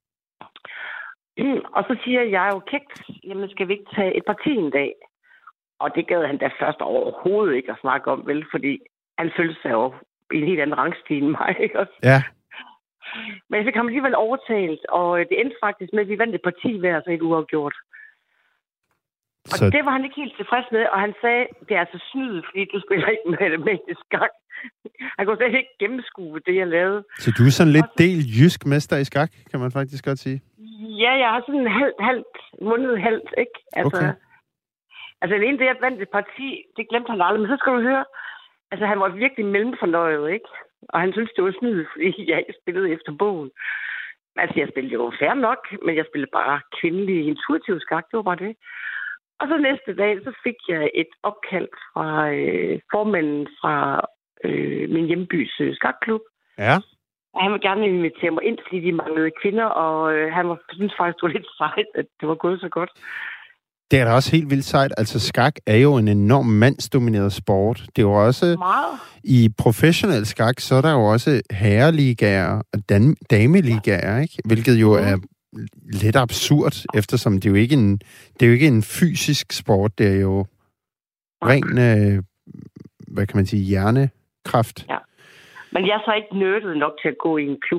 Og så siger jeg jo kægt, jamen skal vi ikke tage et parti en dag? Og det gad han da først overhovedet ikke at snakke om, vel? Fordi han følte sig jo i en helt anden rangstil end mig, ikke også? Ja. Men jeg fik ham alligevel overtalt, og det endte faktisk med, at vi vandt et parti hver, så et uafgjort. Og så... det var han ikke helt tilfreds med, og han sagde, det er altså snyd, fordi du spiller ikke med, med det skak. Han kunne slet ikke gennemskue det, jeg lavede. Så du er sådan lidt så... del jysk mester i skak, kan man faktisk godt sige? Ja, jeg har sådan en halvt, halvt, måned halvt, ikke? Altså, okay. Altså, det ene det, at vandt et parti, det glemte han aldrig, men så skal du høre, altså, han var virkelig mellemfornøjet, ikke? Og han syntes, det var snyd, fordi jeg ikke spillede efter bogen. Altså, jeg spillede jo fair nok, men jeg spillede bare kvindelig intuitiv skak, det var bare det. Og så næste dag, så fik jeg et opkald fra øh, formanden fra øh, min hjembys øh, skakklub. Ja. Og han ville gerne invitere mig ind, fordi de manglede kvinder, og øh, han var, synes faktisk, det var lidt sejt, at det var gået så godt. Det er da også helt vildt sejt. Altså, skak er jo en enorm mandsdomineret sport. Det er jo også... Meget. I professionel skak, så er der jo også herreligaer og dan- dameligaer, ikke? Hvilket jo er lidt absurd, eftersom det er jo ikke en, det er jo ikke en fysisk sport. Det er jo ren, øh, hvad kan man sige, hjernekraft. Ja. Men jeg er så ikke nørdet nok til at gå i en klub.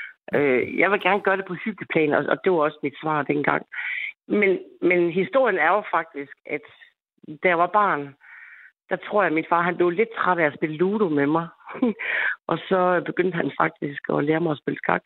Jeg vil gerne gøre det på hyggeplan, og det var også mit svar dengang. Men, men historien er jo faktisk, at da jeg var barn, der tror jeg, at min far han blev lidt træt af at spille Ludo med mig. Og så begyndte han faktisk at lære mig at spille skak.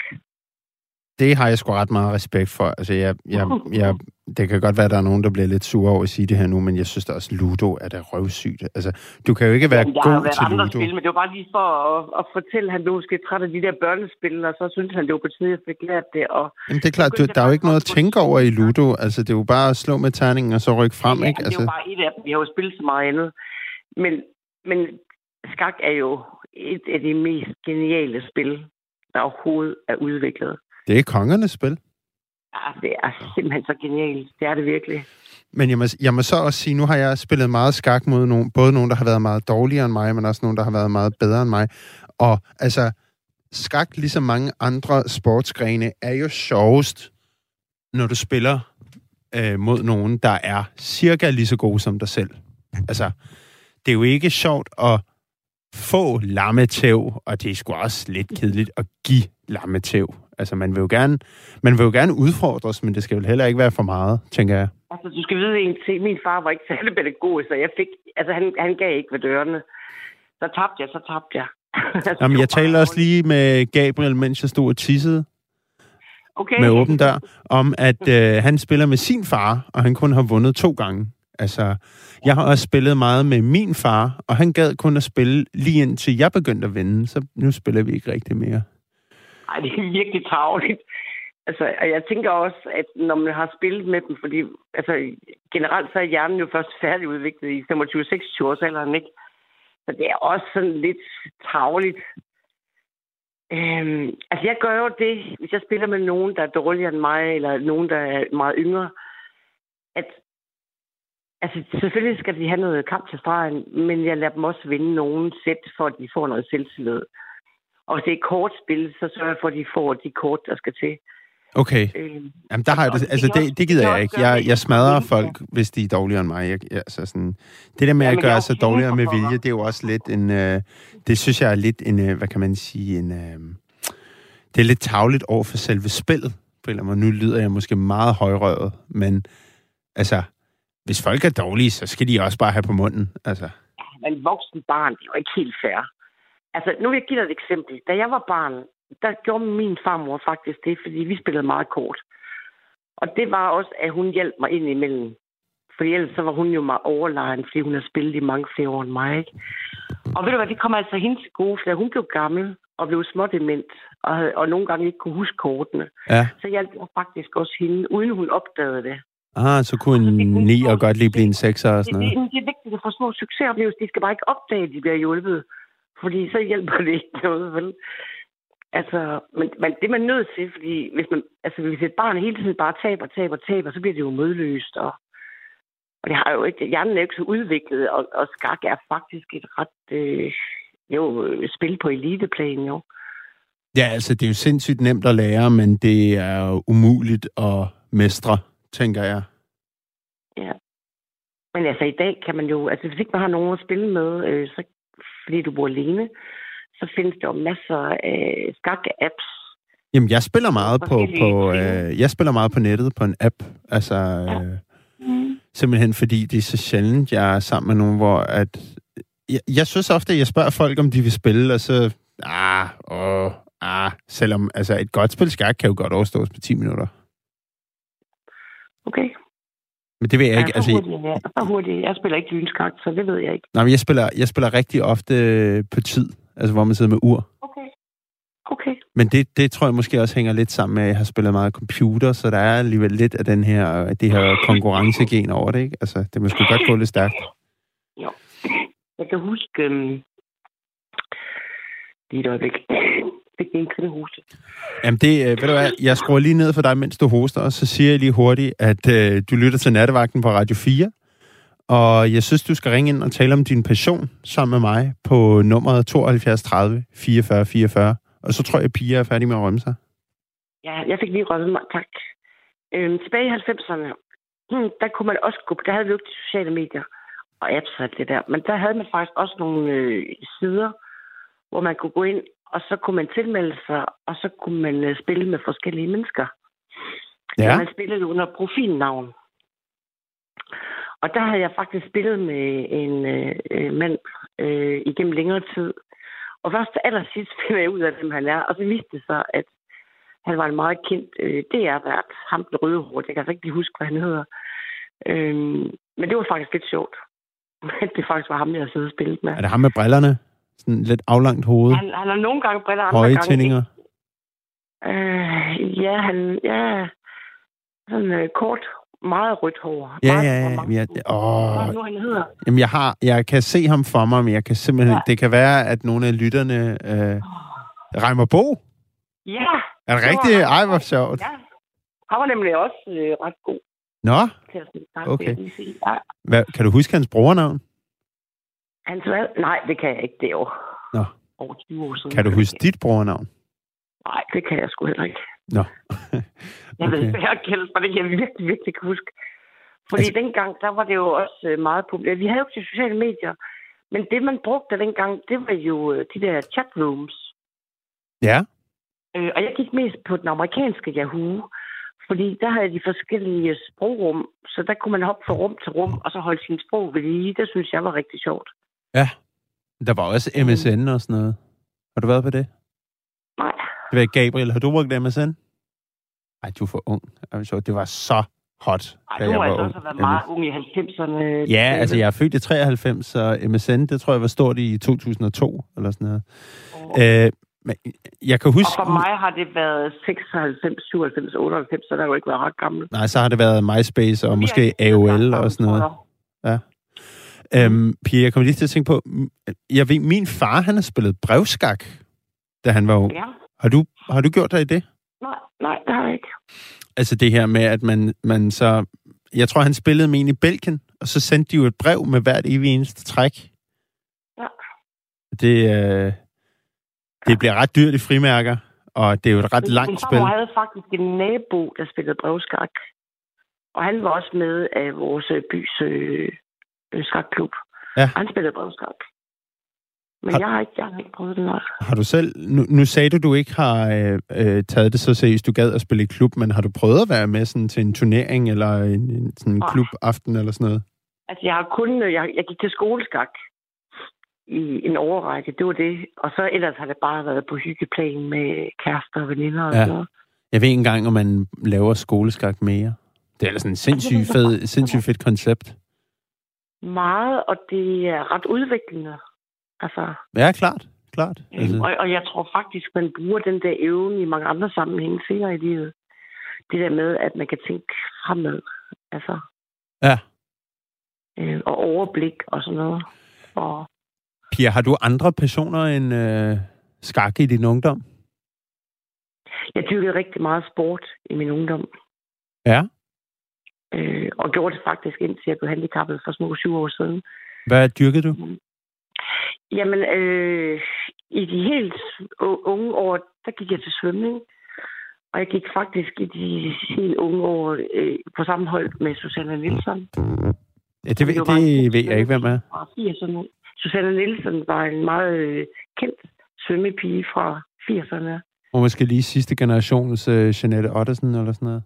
Det har jeg sgu ret meget respekt for. Altså, jeg, jeg, jeg, det kan godt være, at der er nogen, der bliver lidt sure over at sige det her nu, men jeg synes da også, Ludo er da røvsygt. Altså, du kan jo ikke være Jamen, god til Ludo. Spil, men det var bare lige for at, at fortælle, at han blev måske træt af de der børnespil, og så synes han, det var på tide, at jeg fik lært det. Og Jamen, det er klart, du, der er jo ikke noget at tænke over i Ludo. Altså, det er jo bare at slå med terningen og så rykke frem, ja, ikke? Altså... Altså... det er jo bare et af dem. Vi har jo spillet så meget andet. Men, men skak er jo et af de mest geniale spil, der overhovedet er udviklet. Det er kongernes spil. Ja, det er simpelthen så genialt. Det er det virkelig. Men jeg må, jeg må så også sige, nu har jeg spillet meget skak mod nogen, både nogen, der har været meget dårligere end mig, men også nogen, der har været meget bedre end mig. Og altså, skak, ligesom mange andre sportsgrene, er jo sjovest, når du spiller øh, mod nogen, der er cirka lige så gode som dig selv. Altså, det er jo ikke sjovt at få lammetæv, og det er sgu også lidt kedeligt at give lammetæv. Altså, man vil jo gerne, man vil jo gerne udfordres, men det skal jo heller ikke være for meget, tænker jeg. Altså, du skal vide en ting. Min far var ikke særlig pædagogisk, så jeg fik... Altså, han, han gav ikke ved dørene. Så tabte jeg, så tabte jeg. altså, Jamen, jeg talte også lige med Gabriel, mens jeg stod og tissede. Okay. Med åben dør, om at øh, han spiller med sin far, og han kun har vundet to gange. Altså, jeg har også spillet meget med min far, og han gad kun at spille lige indtil jeg begyndte at vinde, så nu spiller vi ikke rigtig mere. Ej, det er virkelig tarveligt. Altså, og jeg tænker også, at når man har spillet med dem, fordi altså, generelt så er hjernen jo først færdigudviklet i femogtyve til seksogtyve års alderen, ikke? Så det er også sådan lidt tarveligt. Øhm, altså, jeg gør jo det, hvis jeg spiller med nogen, der er dårligere end mig, eller nogen, der er meget yngre, at altså, selvfølgelig skal de have noget kamp til stregen, men jeg lader dem også vinde nogen sæt, for at de får noget selvtillid. Og hvis det er kortspil, så sørger jeg for, at de får de kort, der skal til. Okay. Øhm, Jamen, der har jeg det, altså, det, det gider jeg ikke. Jeg, jeg smadrer folk, hvis de er dårligere end mig. Jeg, jeg, altså sådan, det der med at gøre sig dårligere med vilje, det er jo også lidt en... Øh, det synes jeg er lidt en... Øh, hvad kan man sige? En, øh, det er lidt tarveligt over for selve spillet. På en eller anden måde. Nu lyder jeg måske meget højrøvet, men altså... Hvis folk er dårlige, så skal de også bare have på munden. Altså. Ja, men voksen barn, det er jo ikke helt fair. Altså, nu vil jeg give dig et eksempel. Da jeg var barn, der gjorde min farmor faktisk det, fordi vi spillede meget kort. Og det var også, at hun hjalp mig ind imellem. For ellers så var hun jo meget overlegen, fordi hun har spillet i mange flere år end mig, ikke? Og ved du hvad, det kom altså hende til gode, for hun blev gammel og blev smådement, og, og nogle gange ikke kunne huske kortene. Ja. Så hjalp jeg faktisk også hende, uden hun opdagede det. Ah, så kunne en ni og godt lige blive en sekser og sådan noget. Det, det, det er vigtigt at få små succesoplevelser. De skal bare ikke opdage, at de bliver hjulpet. Fordi så hjælper det ikke noget, vel? Altså, men, men det er man nødt til, fordi hvis, man, altså, hvis et barn hele tiden bare taber, taber, taber, så bliver det jo modløst. Og, og det har jo ikke, hjernen er jo ikke så udviklet, og, og skak er faktisk et ret øh, jo, spil på eliteplan, jo. Ja, altså, det er jo sindssygt nemt at lære, men det er jo umuligt at mestre, tænker jeg. Ja. Men altså, i dag kan man jo... Altså, hvis ikke man har nogen at spille med, øh, så, fordi du bor alene, så findes der jo masser af skak-apps. Jamen, jeg spiller meget på, på øh, jeg spiller meget på nettet på en app. Altså, ja. øh, mm. simpelthen fordi det er så sjældent, jeg er sammen med nogen, hvor at... Jeg, jeg synes ofte, at jeg spørger folk, om de vil spille, og så... Ah, åh, ah, selvom altså, et godt spil skak kan jo godt overstås på ti minutter. Okay. Men det ved jeg ikke. Ja, så hurtigt, altså, ja. Så hurtigt. Jeg spiller ikke lynskak, så det ved jeg ikke. Nej, men jeg spiller, jeg spiller rigtig ofte på tid, altså hvor man sidder med ur. Okay. Okay. Men det, det tror jeg måske også hænger lidt sammen med, at jeg har spillet meget computer, så der er alligevel lidt af den her, det her konkurrencegen over det, ikke? Altså, det må sgu godt gå lidt stærkt. Jo. Jeg kan huske, um, lige et øjeblik. fik en kvindehoste. Jamen det, øh, ved du hvad, jeg skruer lige ned for dig, mens du hoster, og så siger jeg lige hurtigt, at øh, du lytter til Nattevagten på Radio fire, og jeg synes, du skal ringe ind og tale om din passion sammen med mig på nummeret tooghalvfjerds tredive fireogfyrre fireogfyrre, og så tror jeg, at Pia er færdig med at rømme sig. Ja, jeg fik lige rømmet mig, tak. Øhm, tilbage i halvfemserne, hmm, der kunne man også gå, der havde vi jo ikke de sociale medier og apps og det der, men der havde man faktisk også nogle øh, sider, hvor man kunne gå ind, og så kunne man tilmelde sig, og så kunne man øh, spille med forskellige mennesker. Ja. Så man spillede under profilnavn. Og der havde jeg faktisk spillet med en øh, mand øh, igennem længere tid. Og først til allersidst finder jeg ud af, hvem han er, og så viste det sig, at han var en meget kendt øh, D R-vært, ham den røde hår. Jeg kan altså ikke lige huske, hvad han hedder. Øhm, men det var faktisk lidt sjovt. Det faktisk var ham, jeg havde spillet med. Er det ham med brillerne? Sådan lidt aflangt hoved? Han, han har nogle gange briller, andre høje gange tændinger? Øh, ja, han... Ja, sådan øh, kort, meget rødt hår. Ja, meget, ja, ja. meget, ja. Åh. Hvad nu han hedder? Jamen, jeg, har, jeg kan se ham for mig, men jeg kan simpelthen... Ja. Det kan være, at nogle af lytterne... Øh, Reimer Bo? Ja. Er det rigtigt? Var, Ej, hvor sjovt. Ja. Han var nemlig også øh, ret god. Nå, Til at spille sang, okay. vil jeg lige sige. Ja. Hvad, kan du huske hans brugernavn? Hans hvad? Nej, det kan jeg ikke. Det er jo Nå. over tyve år siden. Kan du huske dit brugernavn? Nej, det kan jeg sgu heller ikke. Nå. Okay. Jeg ved ikke, hvad jeg kalder for det, kan jeg virkelig, virkelig kan huske. Fordi Altså- altså, dengang, der var det jo også øh, meget populært. Vi havde jo ikke de sociale medier, men det, man brugte dengang, det var jo øh, de der chatrooms. Ja. Øh, og jeg gik mest på den amerikanske Yahoo, fordi der havde de forskellige sprogrum, så der kunne man hoppe fra rum til rum, og så holde sin sprog ved lige. Det synes jeg var rigtig sjovt. Ja. Der var også M S N og sådan noget. Har du været på det? Nej. Det var Gabriel. Har du brugt M S N? Ej, du er for ung. Det var så hot, Ej, da du jeg må var altså ung. også have været meget ung i halvfemserne. Ja, altså jeg er født i treoghalvfems, så M S N, det tror jeg var stort i to tusind og to, eller sådan noget. Oh. Øh, men jeg kan huske... Og for mig har det været seksoghalvfems, syvoghalvfems, otteoghalvfems, så der har jo ikke været ret gammel. Nej, så har det været MySpace og måske A O L og sådan noget. Ja. Øhm, Pia, jeg kommer lige til at tænke på, jeg ved, min far, han har spillet brevskak, da han var ung. Ja. Har du, har du gjort dig i det? Nej, nej, det har jeg ikke. Altså det her med, at man, man så... Jeg tror, han spillede med en i Belgien, og så sendte de jo et brev med hvert evig eneste træk. Ja. Det, øh, det bliver ret dyrt i frimærker, og det er jo et ret langt Min spil. far havde faktisk en nabo, der spillede brevskak. Og han var også med af vores øh, bys øh, øh, skakklub. Ja. Han spillede brevskak. Men Har- jeg har ikke, jeg har ikke prøvet det nok. Har du selv... Nu, nu sagde du, du ikke har øh, øh, taget det så seriøst, du gad at spille i klub, men har du prøvet at være med sådan, til en turnering, eller en, en sådan Nej. klubaften, eller sådan noget? Altså, jeg har kun... øh, Jeg, jeg gik til skoleskak i en overrække. Det var det. Og så ellers har det bare været på hyggeplan med kærester og veninder og Ja. sådan noget. Jeg ved ikke engang, om man laver skoleskak mere. Det er ellers sådan en sindssygt fed, sindssygt fedt koncept. Meget, og det er ret udviklende. Altså, Ja, klart. klart. altså. og, og jeg tror faktisk, man bruger den der evne i mange andre sammenhænge senere i livet. Det der med, at man kan tænke fremad. Altså, Ja. øh, og overblik og sådan noget. Og Pia, har du andre passioner end øh, skak i din ungdom? jeg dyrkede rigtig meget sport i min ungdom. Ja. Øh, og gjorde det faktisk, indtil jeg blev handicappet for små syv år siden. Hvad dyrkede du? Jamen, øh, i de helt unge år, der gik jeg til svømning. Og jeg gik faktisk i de helt unge år øh, på samme hold med Susanne Nielsen. Ja, det, ved, det ved jeg ikke, hvem er. Fra firserne. Susanne Nielsen var en meget øh, kendt svømmepige fra firserne. Og måske lige sidste generations uh, Jeanette Ottesen eller sådan noget.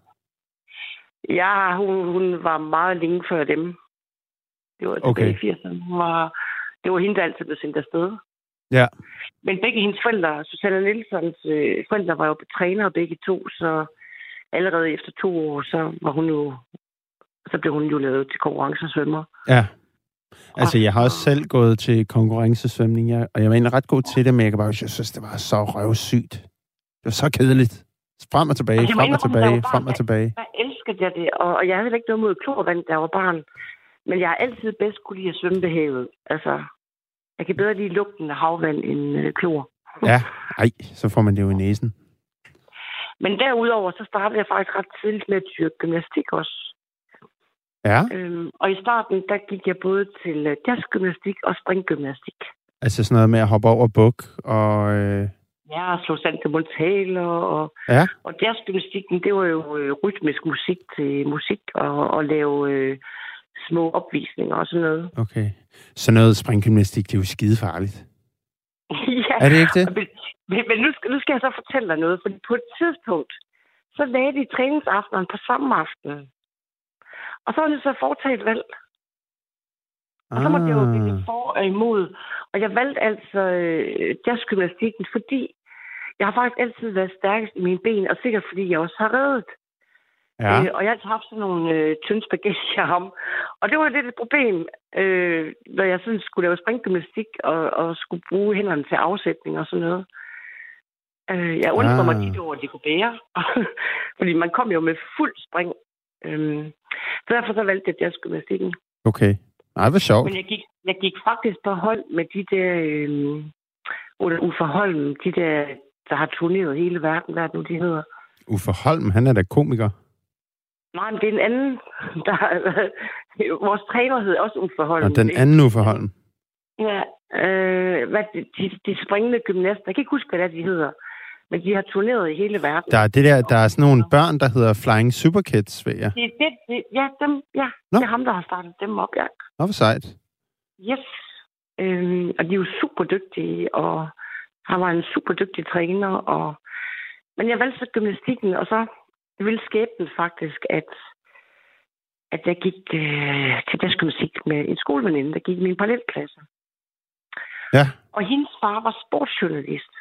Ja, hun, hun var meget længe før dem. Det var tilbage Okay. i firserne. Hun var, det var hende, der altid blev sendt afsted. Ja. Men begge hendes forældre, Susanne Nielsens øh, forældre, var jo trænere begge to, så allerede efter to år, så var hun jo, så blev hun jo lavet til konkurrencesvømmer. Ja. Altså, jeg har også selv gået til konkurrencesvømning, ja, og jeg var egentlig ret god til det, men jeg kan bare, jeg synes, det var så røvsygt. Det var så kedeligt. Frem og tilbage, Altså, jeg må frem og indrømme, tilbage, jeg var frem og barn. tilbage. Jeg elskede jeg det, og, og jeg havde heller ikke noget mod klorvand, da jeg var barn. Men jeg har altid bedst kunne lide at svømme ved havet. Altså, jeg kan bedre lide lugten af havvand end øh, klor. Ja, ej, så får man det jo i næsen. Men derudover, så startede jeg faktisk ret tidligt med at dyrke gymnastik også. Ja. Øhm, og i starten, der gik jeg både til jazzgymnastik og springgymnastik. Altså sådan noget med at hoppe over buk og... Øh... Ja, og slå sandtemortaler og... Ja. Og jazzgymnastikken, det var jo øh, rytmisk musik til musik og, og lave øh, små opvisninger og sådan noget. Okay. Så noget springgymnastik, det er jo skide farligt. Ja. Er det ikke det? Men, men, men nu, skal, nu skal jeg så fortælle dig noget, fordi på et tidspunkt, så lagde de træningsaftenen på samme aften. Og så var det så foretaget valg. Og så måtte jeg jo vælge for og imod. Og jeg valgte altså øh, jazzgymnastikken, fordi jeg har faktisk altid været stærkest i mine ben, og sikkert fordi jeg også har reddet. Ja. Øh, og jeg har haft sådan nogle øh, tynde spaghetti-arme. Og det var lidt et problem, øh, når jeg sådan skulle lave springgymnastik og, og skulle bruge hænderne til afsætning og sådan noget. Øh, jeg undrede ah. mig tit over, at de kunne bære. Fordi man kom jo med fuld spring. Øh, så derfor så valgte jeg jazzgymnastikken. Okay. Ej, hvor sjovt. Men jeg gik, jeg gik faktisk på hold med de der... Øh, under Uffe Holm, de der, der har turneret hele verden. Hvad er det nu, de hedder? Uffe Holm, han er da komiker. Nej, men det er en anden. Der, vores træner hedder også Uffe Holm. Og den anden Uffe Holm. Ja, øh, hvad, de, de springende gymnaster. Jeg kan ikke huske, hvad det er, de hedder. Men de har turneret i hele verden. Der er, det der, der er sådan nogle børn, der hedder Flying Superkids, ved jeg. Det, det, det, ja, dem, ja. Det er ham, der har startet dem op, ja. Nå, hvor sejt. Yes. Øhm, og de er jo super dygtige, og han var en super dygtig træner. Og... Men jeg valgte så gymnastikken, og så ville skæbnen faktisk, at, at jeg gik øh, til jazzgymnastik med en skoleveninde, der gik i min parallelklasse. Ja. Og hendes far var sportsjournalist.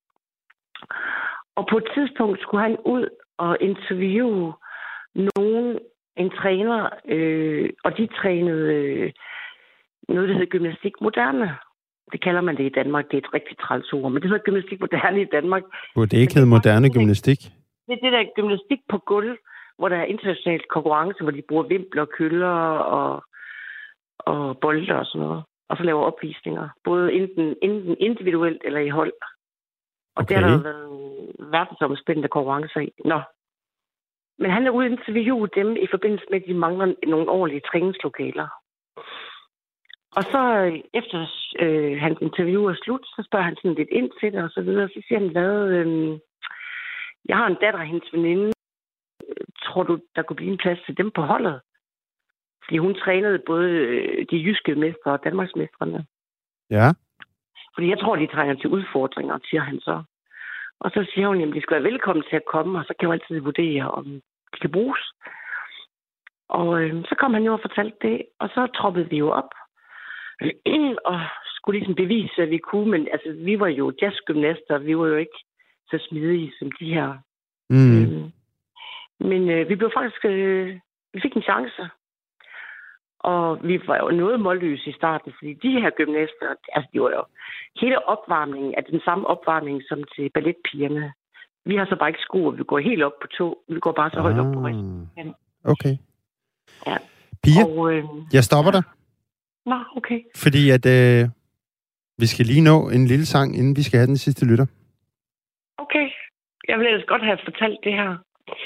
Og på et tidspunkt skulle han ud og interviewe nogen, en træner, øh, og de trænede øh, noget, der hedder gymnastik moderne. Det kalder man det i Danmark. Det er et rigtig træls ord, men det hedder gymnastik moderne i Danmark. Burde det ikke hedde moderne gymnastik? Det er det der gymnastik på gulv, hvor der er international konkurrence, hvor de bruger vimpler, køller og, og bolde og sådan noget. Og så laver opvisninger, både enten, enten individuelt eller i hold. Og okay. Det har der været verdensomspændende konkurrencer i. Nå. Men han er ude at interviewe dem i forbindelse med, at de mangler nogle ordentlige træningslokaler. Og så efter øh, hans interview er slut, så spørger han sådan lidt ind til det og så videre. Så siger han, hvad... Øh, jeg har en datter og hendes veninde. Tror du, der kunne blive en plads til dem på holdet? Fordi hun trænede både de jyske mestre og Danmarksmestrene. Ja. Fordi jeg tror, de trænger til udfordringer, siger han så. Og så siger hun, at de skal være velkommen til at komme, og så kan jeg altid vurdere, om de kan bruges. Og øh, så kom han jo og fortalte det, og så troppede vi jo op. Og skulle ligesom bevise, at vi kunne, men altså, vi var jo jazzgymnaster, vi var jo ikke så smidige som de her. Mm. Øh, men øh, vi blev faktisk... Øh, vi fik en chance. Og vi var jo noget målløse i starten, fordi de her gymnaster, altså de var jo... Hele opvarmningen er den samme opvarmning som til balletpigerne. Vi har så bare ikke sko, og vi går helt op på to. Vi går bare så højt op på ryggen. Okay. Ja. Pia, og, øh, jeg stopper ja. dig. Nå, okay. Fordi at øh, vi skal lige nå en lille sang, inden vi skal have den sidste lytter. Okay. Jeg vil ellers godt have fortalt det her.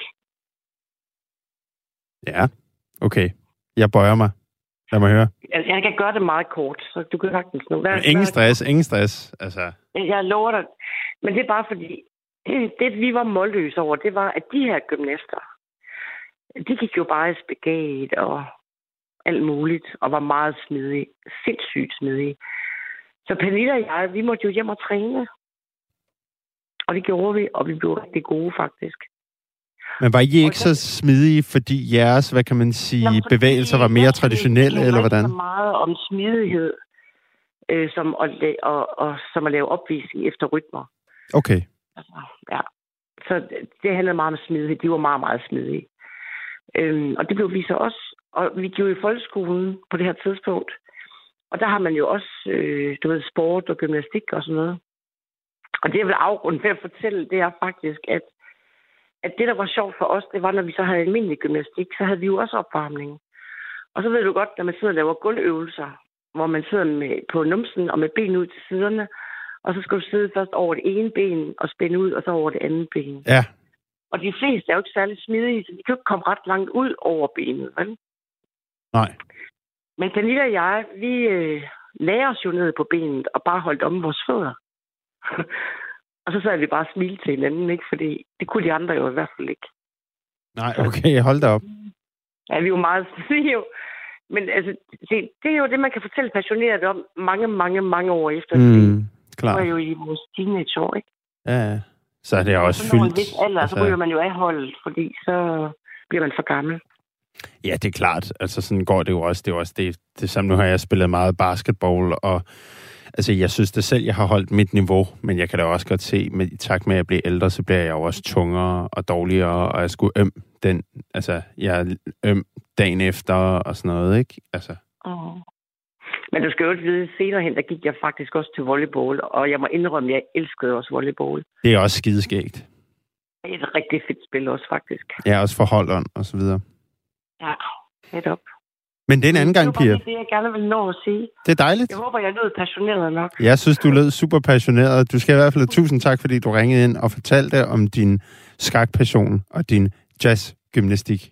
Ja, okay. Jeg bøjer mig. Lad mig høre. Altså, jeg kan gøre det meget kort, så du kan sagtens nå. Hvad, ingen stress, ingen stress. Altså. Jeg lover dig. Men det er bare fordi, det vi var målløse over, det var, at de her gymnaster, de gik jo bare i spagat og alt muligt, og var meget smidige. Sindssygt smidige. Så Pernille og jeg, vi måtte jo hjem og træne. Og det gjorde vi, og vi blev rigtig gode, faktisk. Men var I ikke så smidige, fordi jeres, hvad kan man sige, Nå, bevægelser var mere traditionelle, eller hvordan? Det er meget om smidighed, øh, som, at la- og, og, som at lave opvisning efter rytmer. Okay. Altså, ja. Så det handlede meget om smidighed. De var meget, meget smidige. Øhm, og det blev vi så også. Og vi gik jo i folkeskolen på det her tidspunkt. Og der har man jo også, øh, du ved, sport og gymnastik og sådan noget. Og det, jeg vil afrunde med at fortælle, det er faktisk, at at det, der var sjovt for os, det var, når vi så havde almindelig gymnastik, så havde vi jo også opvarmning. Og så ved du godt, når man sidder og laver gulvøvelser, hvor man sidder med, på numsen og med ben ud til siderne, og så skal du sidde først over det ene ben og spænde ud, og så over det andet ben. Ja. Og de fleste er jo ikke særlig smidige, så de kan jo ikke komme ret langt ud over benet, vel? Nej. Men Pernille og jeg, vi øh, lagde os jo ned på benet og bare holdt om vores fødder. Og så sad vi bare og smilte til hinanden, ikke? Fordi det kunne de andre jo i hvert fald ikke. Nej, okay, hold da op. Ja, vi er jo meget smidige. Men altså, det, det er jo det, man kan fortælle passioneret om mange, mange, mange år efter. Mm, klart. Det var jo i vores teenageår, ikke? Ja, så er det også så når man fyldt. vis alder, altså... så ryger man jo af holdet, fordi så bliver man for gammel. Ja, det er klart. Altså, sådan går det jo også. Det er jo også det, det samme. Nu har jeg spillet meget basketball, og altså, jeg synes det selv, jeg har holdt mit niveau, men jeg kan da også godt se, med, i takt med, at jeg bliver ældre, så bliver jeg jo også tungere og dårligere, og jeg skulle øm den, altså, jeg er øm dagen efter og sådan noget, ikke? Altså. Oh. Men du skal jo ikke vide, senere hen, der gik jeg faktisk også til volleyball, og jeg må indrømme, at jeg elskede også volleyball. Det er også skideskægt. Det er et rigtig fedt spil også, faktisk. Ja, også for holderen og så videre. Ja, netop. Men det er en anden gang, Pia. Det er det, jeg gerne vil nå at sige. Det er dejligt. Jeg håber, jeg lød passioneret nok. Jeg synes, du lød super passioneret. Du skal i hvert fald have tusind tak, fordi du ringede ind og fortalte om din skakpassion og din jazzgymnastik.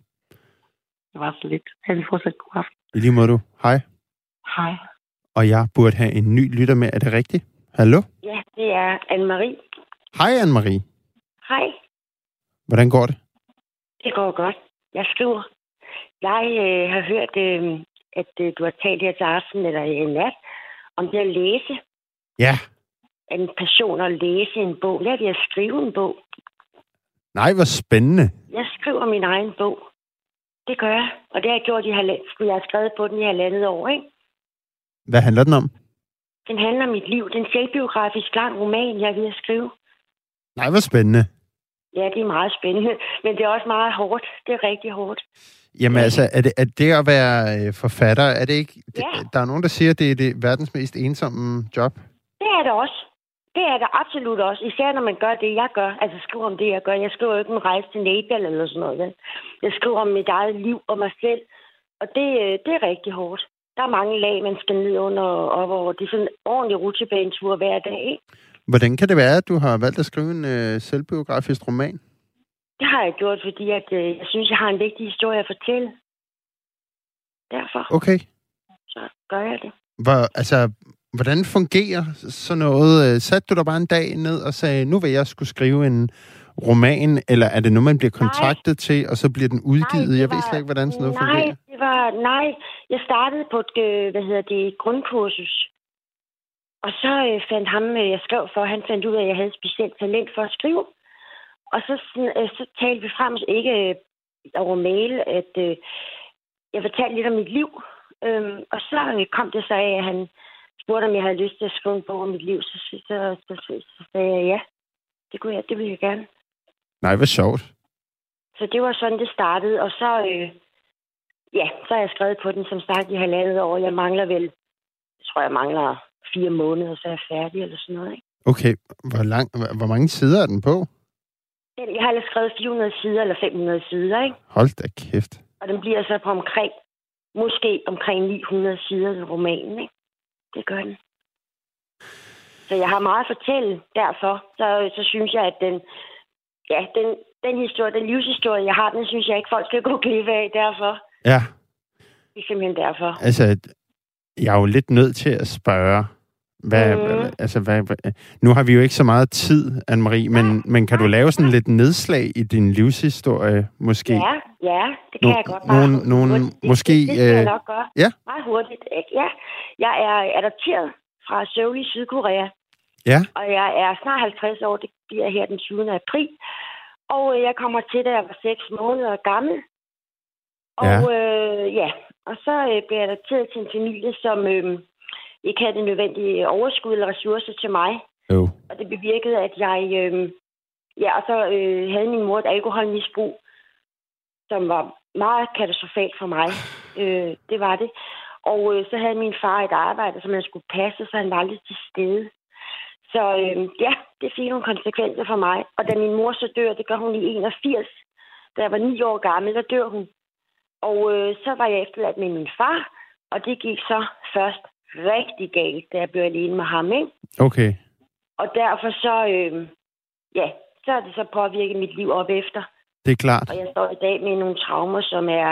Det var så lidt. Ha' en fortsat god aften. I lige måde du. Hej. Hej. Og jeg burde have en ny lytter med. Er det rigtigt? Hallo? Ja, det er Anne-Marie. Hej, Anne-Marie. Hej. Hvordan går det? Det går godt. Jeg skriver. Jeg øh, har hørt, øh, at øh, du har talt her til aften eller i nat om det at læse. Ja. En passion at læse en bog. Lad det at skrive en bog. Nej, hvor spændende. Jeg skriver min egen bog. Det gør jeg. Og det har jeg gjort i halvandet. Jeg har skrevet på den i halvandet år, ikke? Hvad handler den om? Den handler om mit liv. Den selvbiografisk lang roman, jeg er ved at skrive. Nej, hvor spændende. Ja, det er meget spændende. Men det er også meget hårdt. Det er rigtig hårdt. Jamen ja. altså, er det, er det at være forfatter, er det ikke... Ja. Det, der er nogen, der siger, at det er det verdens mest ensomme job. Det er det også. Det er det absolut også. Især når man gør det, jeg gør. Altså skriver om det, jeg gør. Jeg skriver jo ikke en rejse til Nepal eller sådan noget. Vel? Jeg skriver om mit eget liv og mig selv. Og det, det er rigtig hårdt. Der er mange lag, man skal ned under og op over. Det er sådan en ordentlig rutsjebanetur hver dag, ikke? Hvordan kan det være, at du har valgt at skrive en øh, selvbiografisk roman? Det har jeg gjort, fordi at, øh, jeg synes, jeg har en vigtig historie at fortælle. Derfor. Okay. Så gør jeg det. Hvor, altså, hvordan fungerer sådan noget? Satte du dig bare en dag ned og sagde, nu vil jeg skulle skrive en roman, eller er det nu, man bliver kontaktet nej. til, og så bliver den udgivet? Nej, jeg var, ved slet ikke, hvordan sådan noget nej, fungerer. Det var, nej, jeg startede på et, hvad hedder det, grundkursus. Og så øh, fandt ham, øh, jeg skrev for, han fandt ud af, at jeg havde et specielt talent for at skrive. Og så, øh, så talte vi frem, ikke øh, over mail, at øh, jeg fortalte lidt om mit liv. Øhm, og så øh, kom det så af, at han spurgte, om jeg havde lyst til at skrive en bog om mit liv. Så, så, så, så, så, så sagde jeg, ja, det kunne jeg, det ville jeg gerne. Nej, hvor sjovt. Så det var sådan, det startede. Og så, øh, ja, så har jeg skrevet på den, som sagt, i halvandet år. Jeg mangler vel, jeg tror, jeg mangler fire måneder, så er jeg færdig, eller sådan noget, ikke? Okay, hvor, lang, hvor mange sider er den på? Jeg har skrevet fire hundrede sider, eller fem hundrede sider, ikke? Hold da kæft. Og den bliver så på omkring, måske omkring ni hundrede sider, den romanen, ikke? Det gør den. Så jeg har meget at fortælle, derfor. Så, så synes jeg, at den, ja, den, den historie, den livshistorie, jeg har, den synes jeg ikke, folk skal gå glip af, derfor. Ja. Det er simpelthen derfor. Altså, jeg er jo lidt nødt til at spørge, hvad, mm. altså, hvad, nu har vi jo ikke så meget tid, Anne-Marie, men, ja. men kan du lave sådan lidt nedslag i din livshistorie, måske? Ja, ja, det kan no, jeg godt. Nogen, nogen, det, måske... Det, det skal jeg nok gøre. Ja. Meget hurtigt. Ja, jeg er adopteret fra Seoul i Sydkorea. Ja. Og jeg er snart halvtreds år, det bliver her den tyvende april. Og jeg kommer til, da jeg var seks måneder gammel. Og ja, øh, ja. og så øh, blev jeg adopteret til en familie, som... Øh, ikke havde det nødvendige overskud eller ressourcer til mig. Jo. Og det bevirkede, at jeg... Øh, ja, og så øh, havde min mor et alkoholmisbrug, som var meget katastrofalt for mig. øh, det var det. Og øh, så havde min far et arbejde, som han skulle passe, så han var aldrig til stede. Så øh, ja, det fik nogle konsekvenser for mig. Og da min mor så dør, det gør hun i enogfirs. Da jeg var ni år gammel, der dør hun. Og øh, så var jeg efterladt med min far, og det gik så først rigtig galt, da jeg blev alene med ham, ikke? Okay. Og derfor så, øh, ja, så har det så påvirket mit liv op efter. Det er klart. Og jeg står i dag med nogle traumer, som er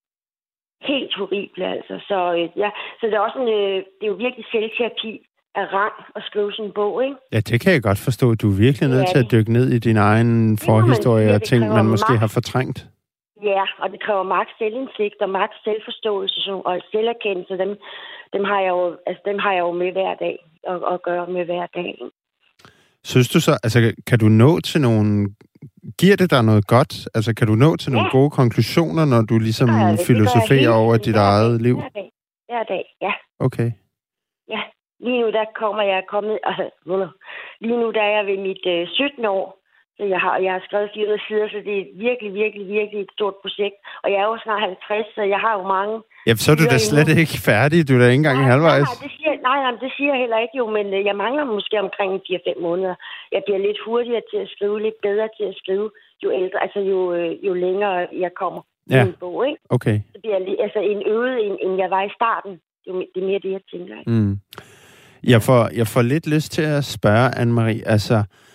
helt horrible, altså. Så, øh, ja, så det er også en, øh, det er jo virkelig selvterapi af rang at skrive sådan en bog, ikke? Ja, det kan jeg godt forstå. Du er virkelig nødt Ja, til at dykke ned i din egen forhistorie sige, og det ting, kræver man måske magt. har fortrængt. Ja, og det kræver magt selvindsigt og magt selvforståelse og selverkendelse. Dem, dem, har jeg jo, altså, dem har jeg jo med hver dag og, og gøre med hver dag. Ikke? Synes du så, altså kan du nå til nogle, giver det dig noget godt? Altså kan du nå til nogle Ja. gode konklusioner, når du ligesom Det gør jeg, det gør jeg filosoferer hele over tiden, dit hver eget dag, liv? Hver dag, hver dag, ja. Okay. Ja, lige nu der kommer jeg kommet, altså, lige nu der er jeg ved mit øh, syttende år, så jeg har, jeg har skrevet fire hundrede sider, så det er virkelig, virkelig, virkelig et stort projekt. Og jeg er jo snart halvtreds, så jeg har jo mange... Ja, så er du da slet ikke færdig. Du er da ikke engang nej, halvvejs. Nej, det siger, nej, nej, det siger jeg heller ikke jo, men øh, jeg mangler måske omkring fire til fem måneder. Jeg bliver lidt hurtigere til at skrive, lidt bedre til at skrive, jo ældre, altså jo, øh, jo længere jeg kommer i Ja. min bog, ikke? Okay. Så bliver jeg li- altså en øget, end, end jeg var i starten. Det er, det er mere det, jeg tænker. Ikke? Mm. Jeg får, jeg får lidt lyst til at spørge, Anne-Marie, altså,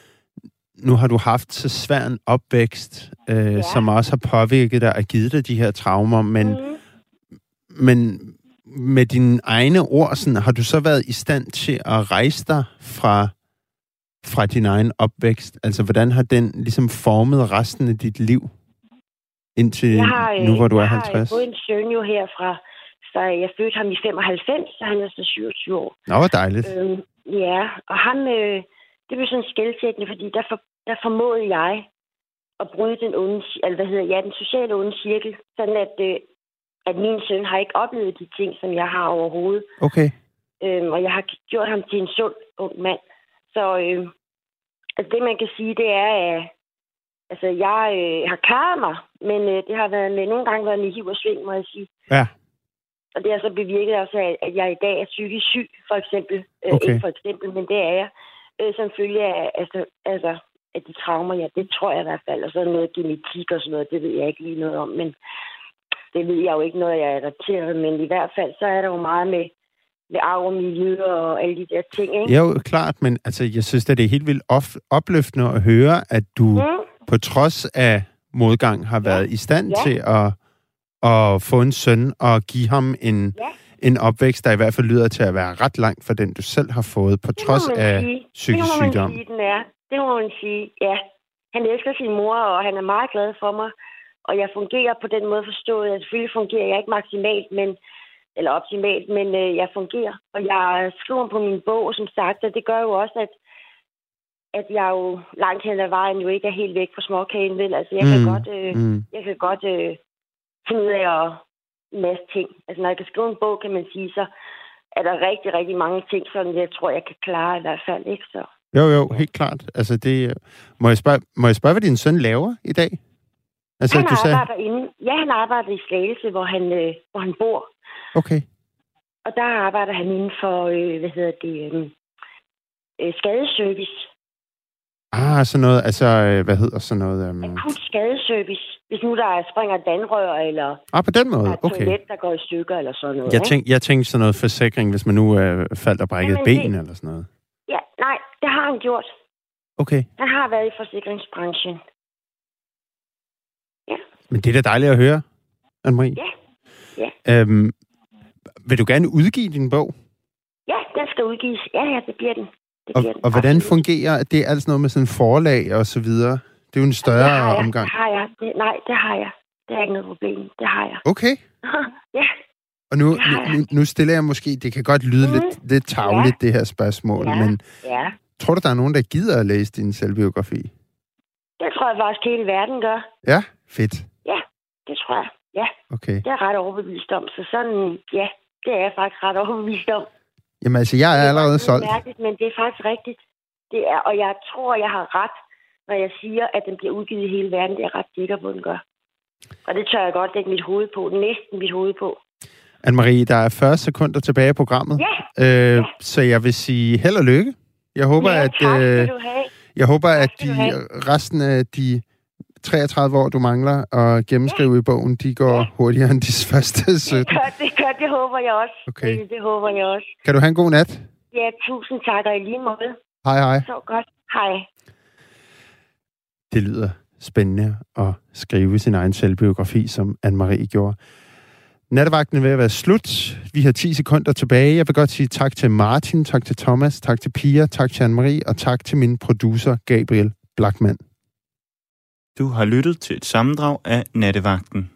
nu har du haft så svær en opvækst, øh, ja. som også har påvirket dig og givet dig de her traumer, men, mm. men med dine egne ord, sådan, har du så været i stand til at rejse dig fra, fra din egen opvækst? Altså, hvordan har den ligesom formet resten af dit liv indtil har, øh, nu, hvor du er jeg halvtreds? Jeg har fået en søn jo herfra, så jeg fødte ham i femoghalvfems, så han er så syvogtyve år. Nå, hvor dejligt. Øh, ja, og han, øh, det blev sådan skelsættende, fordi der, for, der formåede jeg at bryde den onde, eller hvad hedder, ja, den sociale onde cirkel, sådan at, øh, at min søn har ikke oplevet de ting, som jeg har overhovedet. Okay. Øh, og jeg har gjort ham til en sund ung mand. Så øh, altså det, man kan sige, det er, at altså, jeg øh, har klaret mig, men øh, det har været med, nogle gange været med hiv og sving, må jeg sige. Ja. Og det har så bevirket også, at jeg i dag er psykisk syg, for eksempel. Øh, Okay. Ikke for eksempel, men det er jeg. Øh, som følge af, altså, altså, af de traumer, ja, det tror jeg i hvert fald. Og så noget genetik og sådan noget, det ved jeg ikke lige noget om. Men det ved jeg jo ikke noget, jeg er adapteret. Men i hvert fald, så er der jo meget med, med arv og miljø og alle de der ting, ikke? Ja, jo, klart, men altså, jeg synes at det er helt vildt op- opløftende at høre, at du Mm. på trods af modgang har været Ja. i stand Ja. til at, at få en søn og give ham en, Ja. en opvækst, der i hvert fald lyder til at være ret langt fra den, du selv har fået, på Det må trods man af sige. psykisk det må man sygdom. sige, den er. Det må man sige, ja. Han elsker sin mor, og han er meget glad for mig. Og jeg fungerer på den måde forstået. Jeg selvfølgelig fungerer jeg ikke maksimalt, men, eller optimalt, men øh, jeg fungerer. Og jeg skriver på min bog, som sagt, og det gør jo også, at, at jeg jo langt hen ad vejen jo ikke er helt væk fra småkagen, vel? Altså, jeg kan Mm, godt, øh, mm. jeg kan godt øh, finde ud af at en masse ting. Altså, når jeg kan skrive en bog, kan man sige, så er der rigtig, rigtig mange ting, som jeg tror, jeg kan klare i hvert fald, ikke så? Jo, jo, helt klart. Altså, det, må, jeg spørge, må jeg spørge, hvad din søn laver i dag? Altså, Han du sagde... arbejder inde. Ja, han arbejder i Slagelse, hvor han, øh, hvor han bor. Okay. Og der arbejder han inden for, øh, hvad hedder det, øh, øh, skadeservice. Ah, sådan noget, altså, øh, hvad hedder sådan noget? Um... Akut skadeservice. Hvis nu der springer vandrør, eller Ah, på den der måde, er et okay. toilet, der går i stykker, eller sådan noget. Jeg, ikke? tænk, jeg tænkte sådan noget forsikring, hvis man nu øh, faldt og brækkede Jamen, ben det- eller sådan noget. Ja, nej, det har han gjort. Okay. Han har været i forsikringsbranchen. Men det er da dejligt at høre, Anne-Marie. Ja. Ja. Øhm, vil du gerne udgive din bog? Ja, den skal udgives. Ja, ja, det bliver den. Det Og, bliver den. og hvordan Absolut. fungerer det? Er altså noget med sådan forlag og så videre? Det er jo en større det har jeg, omgang. Det har jeg. Det, nej, det har jeg. Det er ikke noget problem. Det har jeg. Okay. Ja. Og nu, Det har jeg. nu, nu stiller jeg måske, det kan godt lyde Mm. lidt, lidt tavligt, det her spørgsmål, Ja. men Ja. tror du, der er nogen, der gider at læse din selvbiografi? Det tror jeg faktisk hele verden gør. Ja, fedt. Ja, det tror jeg. Ja, Okay. det er jeg ret overbevist om. Så sådan, ja, det er jeg faktisk ret overbevist om. Jamen altså, jeg er Det allerede faktisk solgt. mærkeligt, men det er faktisk rigtigt. Det er, og jeg tror, jeg har ret, når jeg siger, at den bliver udgivet i hele verden. Det er jeg ret sikker på, den gør. Og det tør jeg godt lægge mit hoved på. Næsten mit hoved på. Anne-Marie, der er fyrre sekunder tilbage i programmet. Ja. Øh, Ja. Så jeg vil sige held og lykke. Jeg håber, Ja, at, tak skal øh, du have. jeg håber, at skal de, du have. resten af de treogtredive år, du mangler at gennemskrive ja. i bogen, de går Ja. hurtigere end de første Det sytten. gør, det gør, det håber jeg også. Okay. Det, det håber jeg også. Kan du have en god nat? Ja, tusind tak, og i lige måde. Hej, hej. Så godt. Hej. Det lyder spændende at skrive sin egen selvbiografi, som Anne-Marie gjorde. Nattevagten er ved at være slut. Vi har ti sekunder tilbage. Jeg vil godt sige tak til Martin, tak til Thomas, tak til Pia, tak til Anne-Marie, og tak til min producer, Gabriel Blackman. Du har lyttet til et sammendrag af Nattevagten.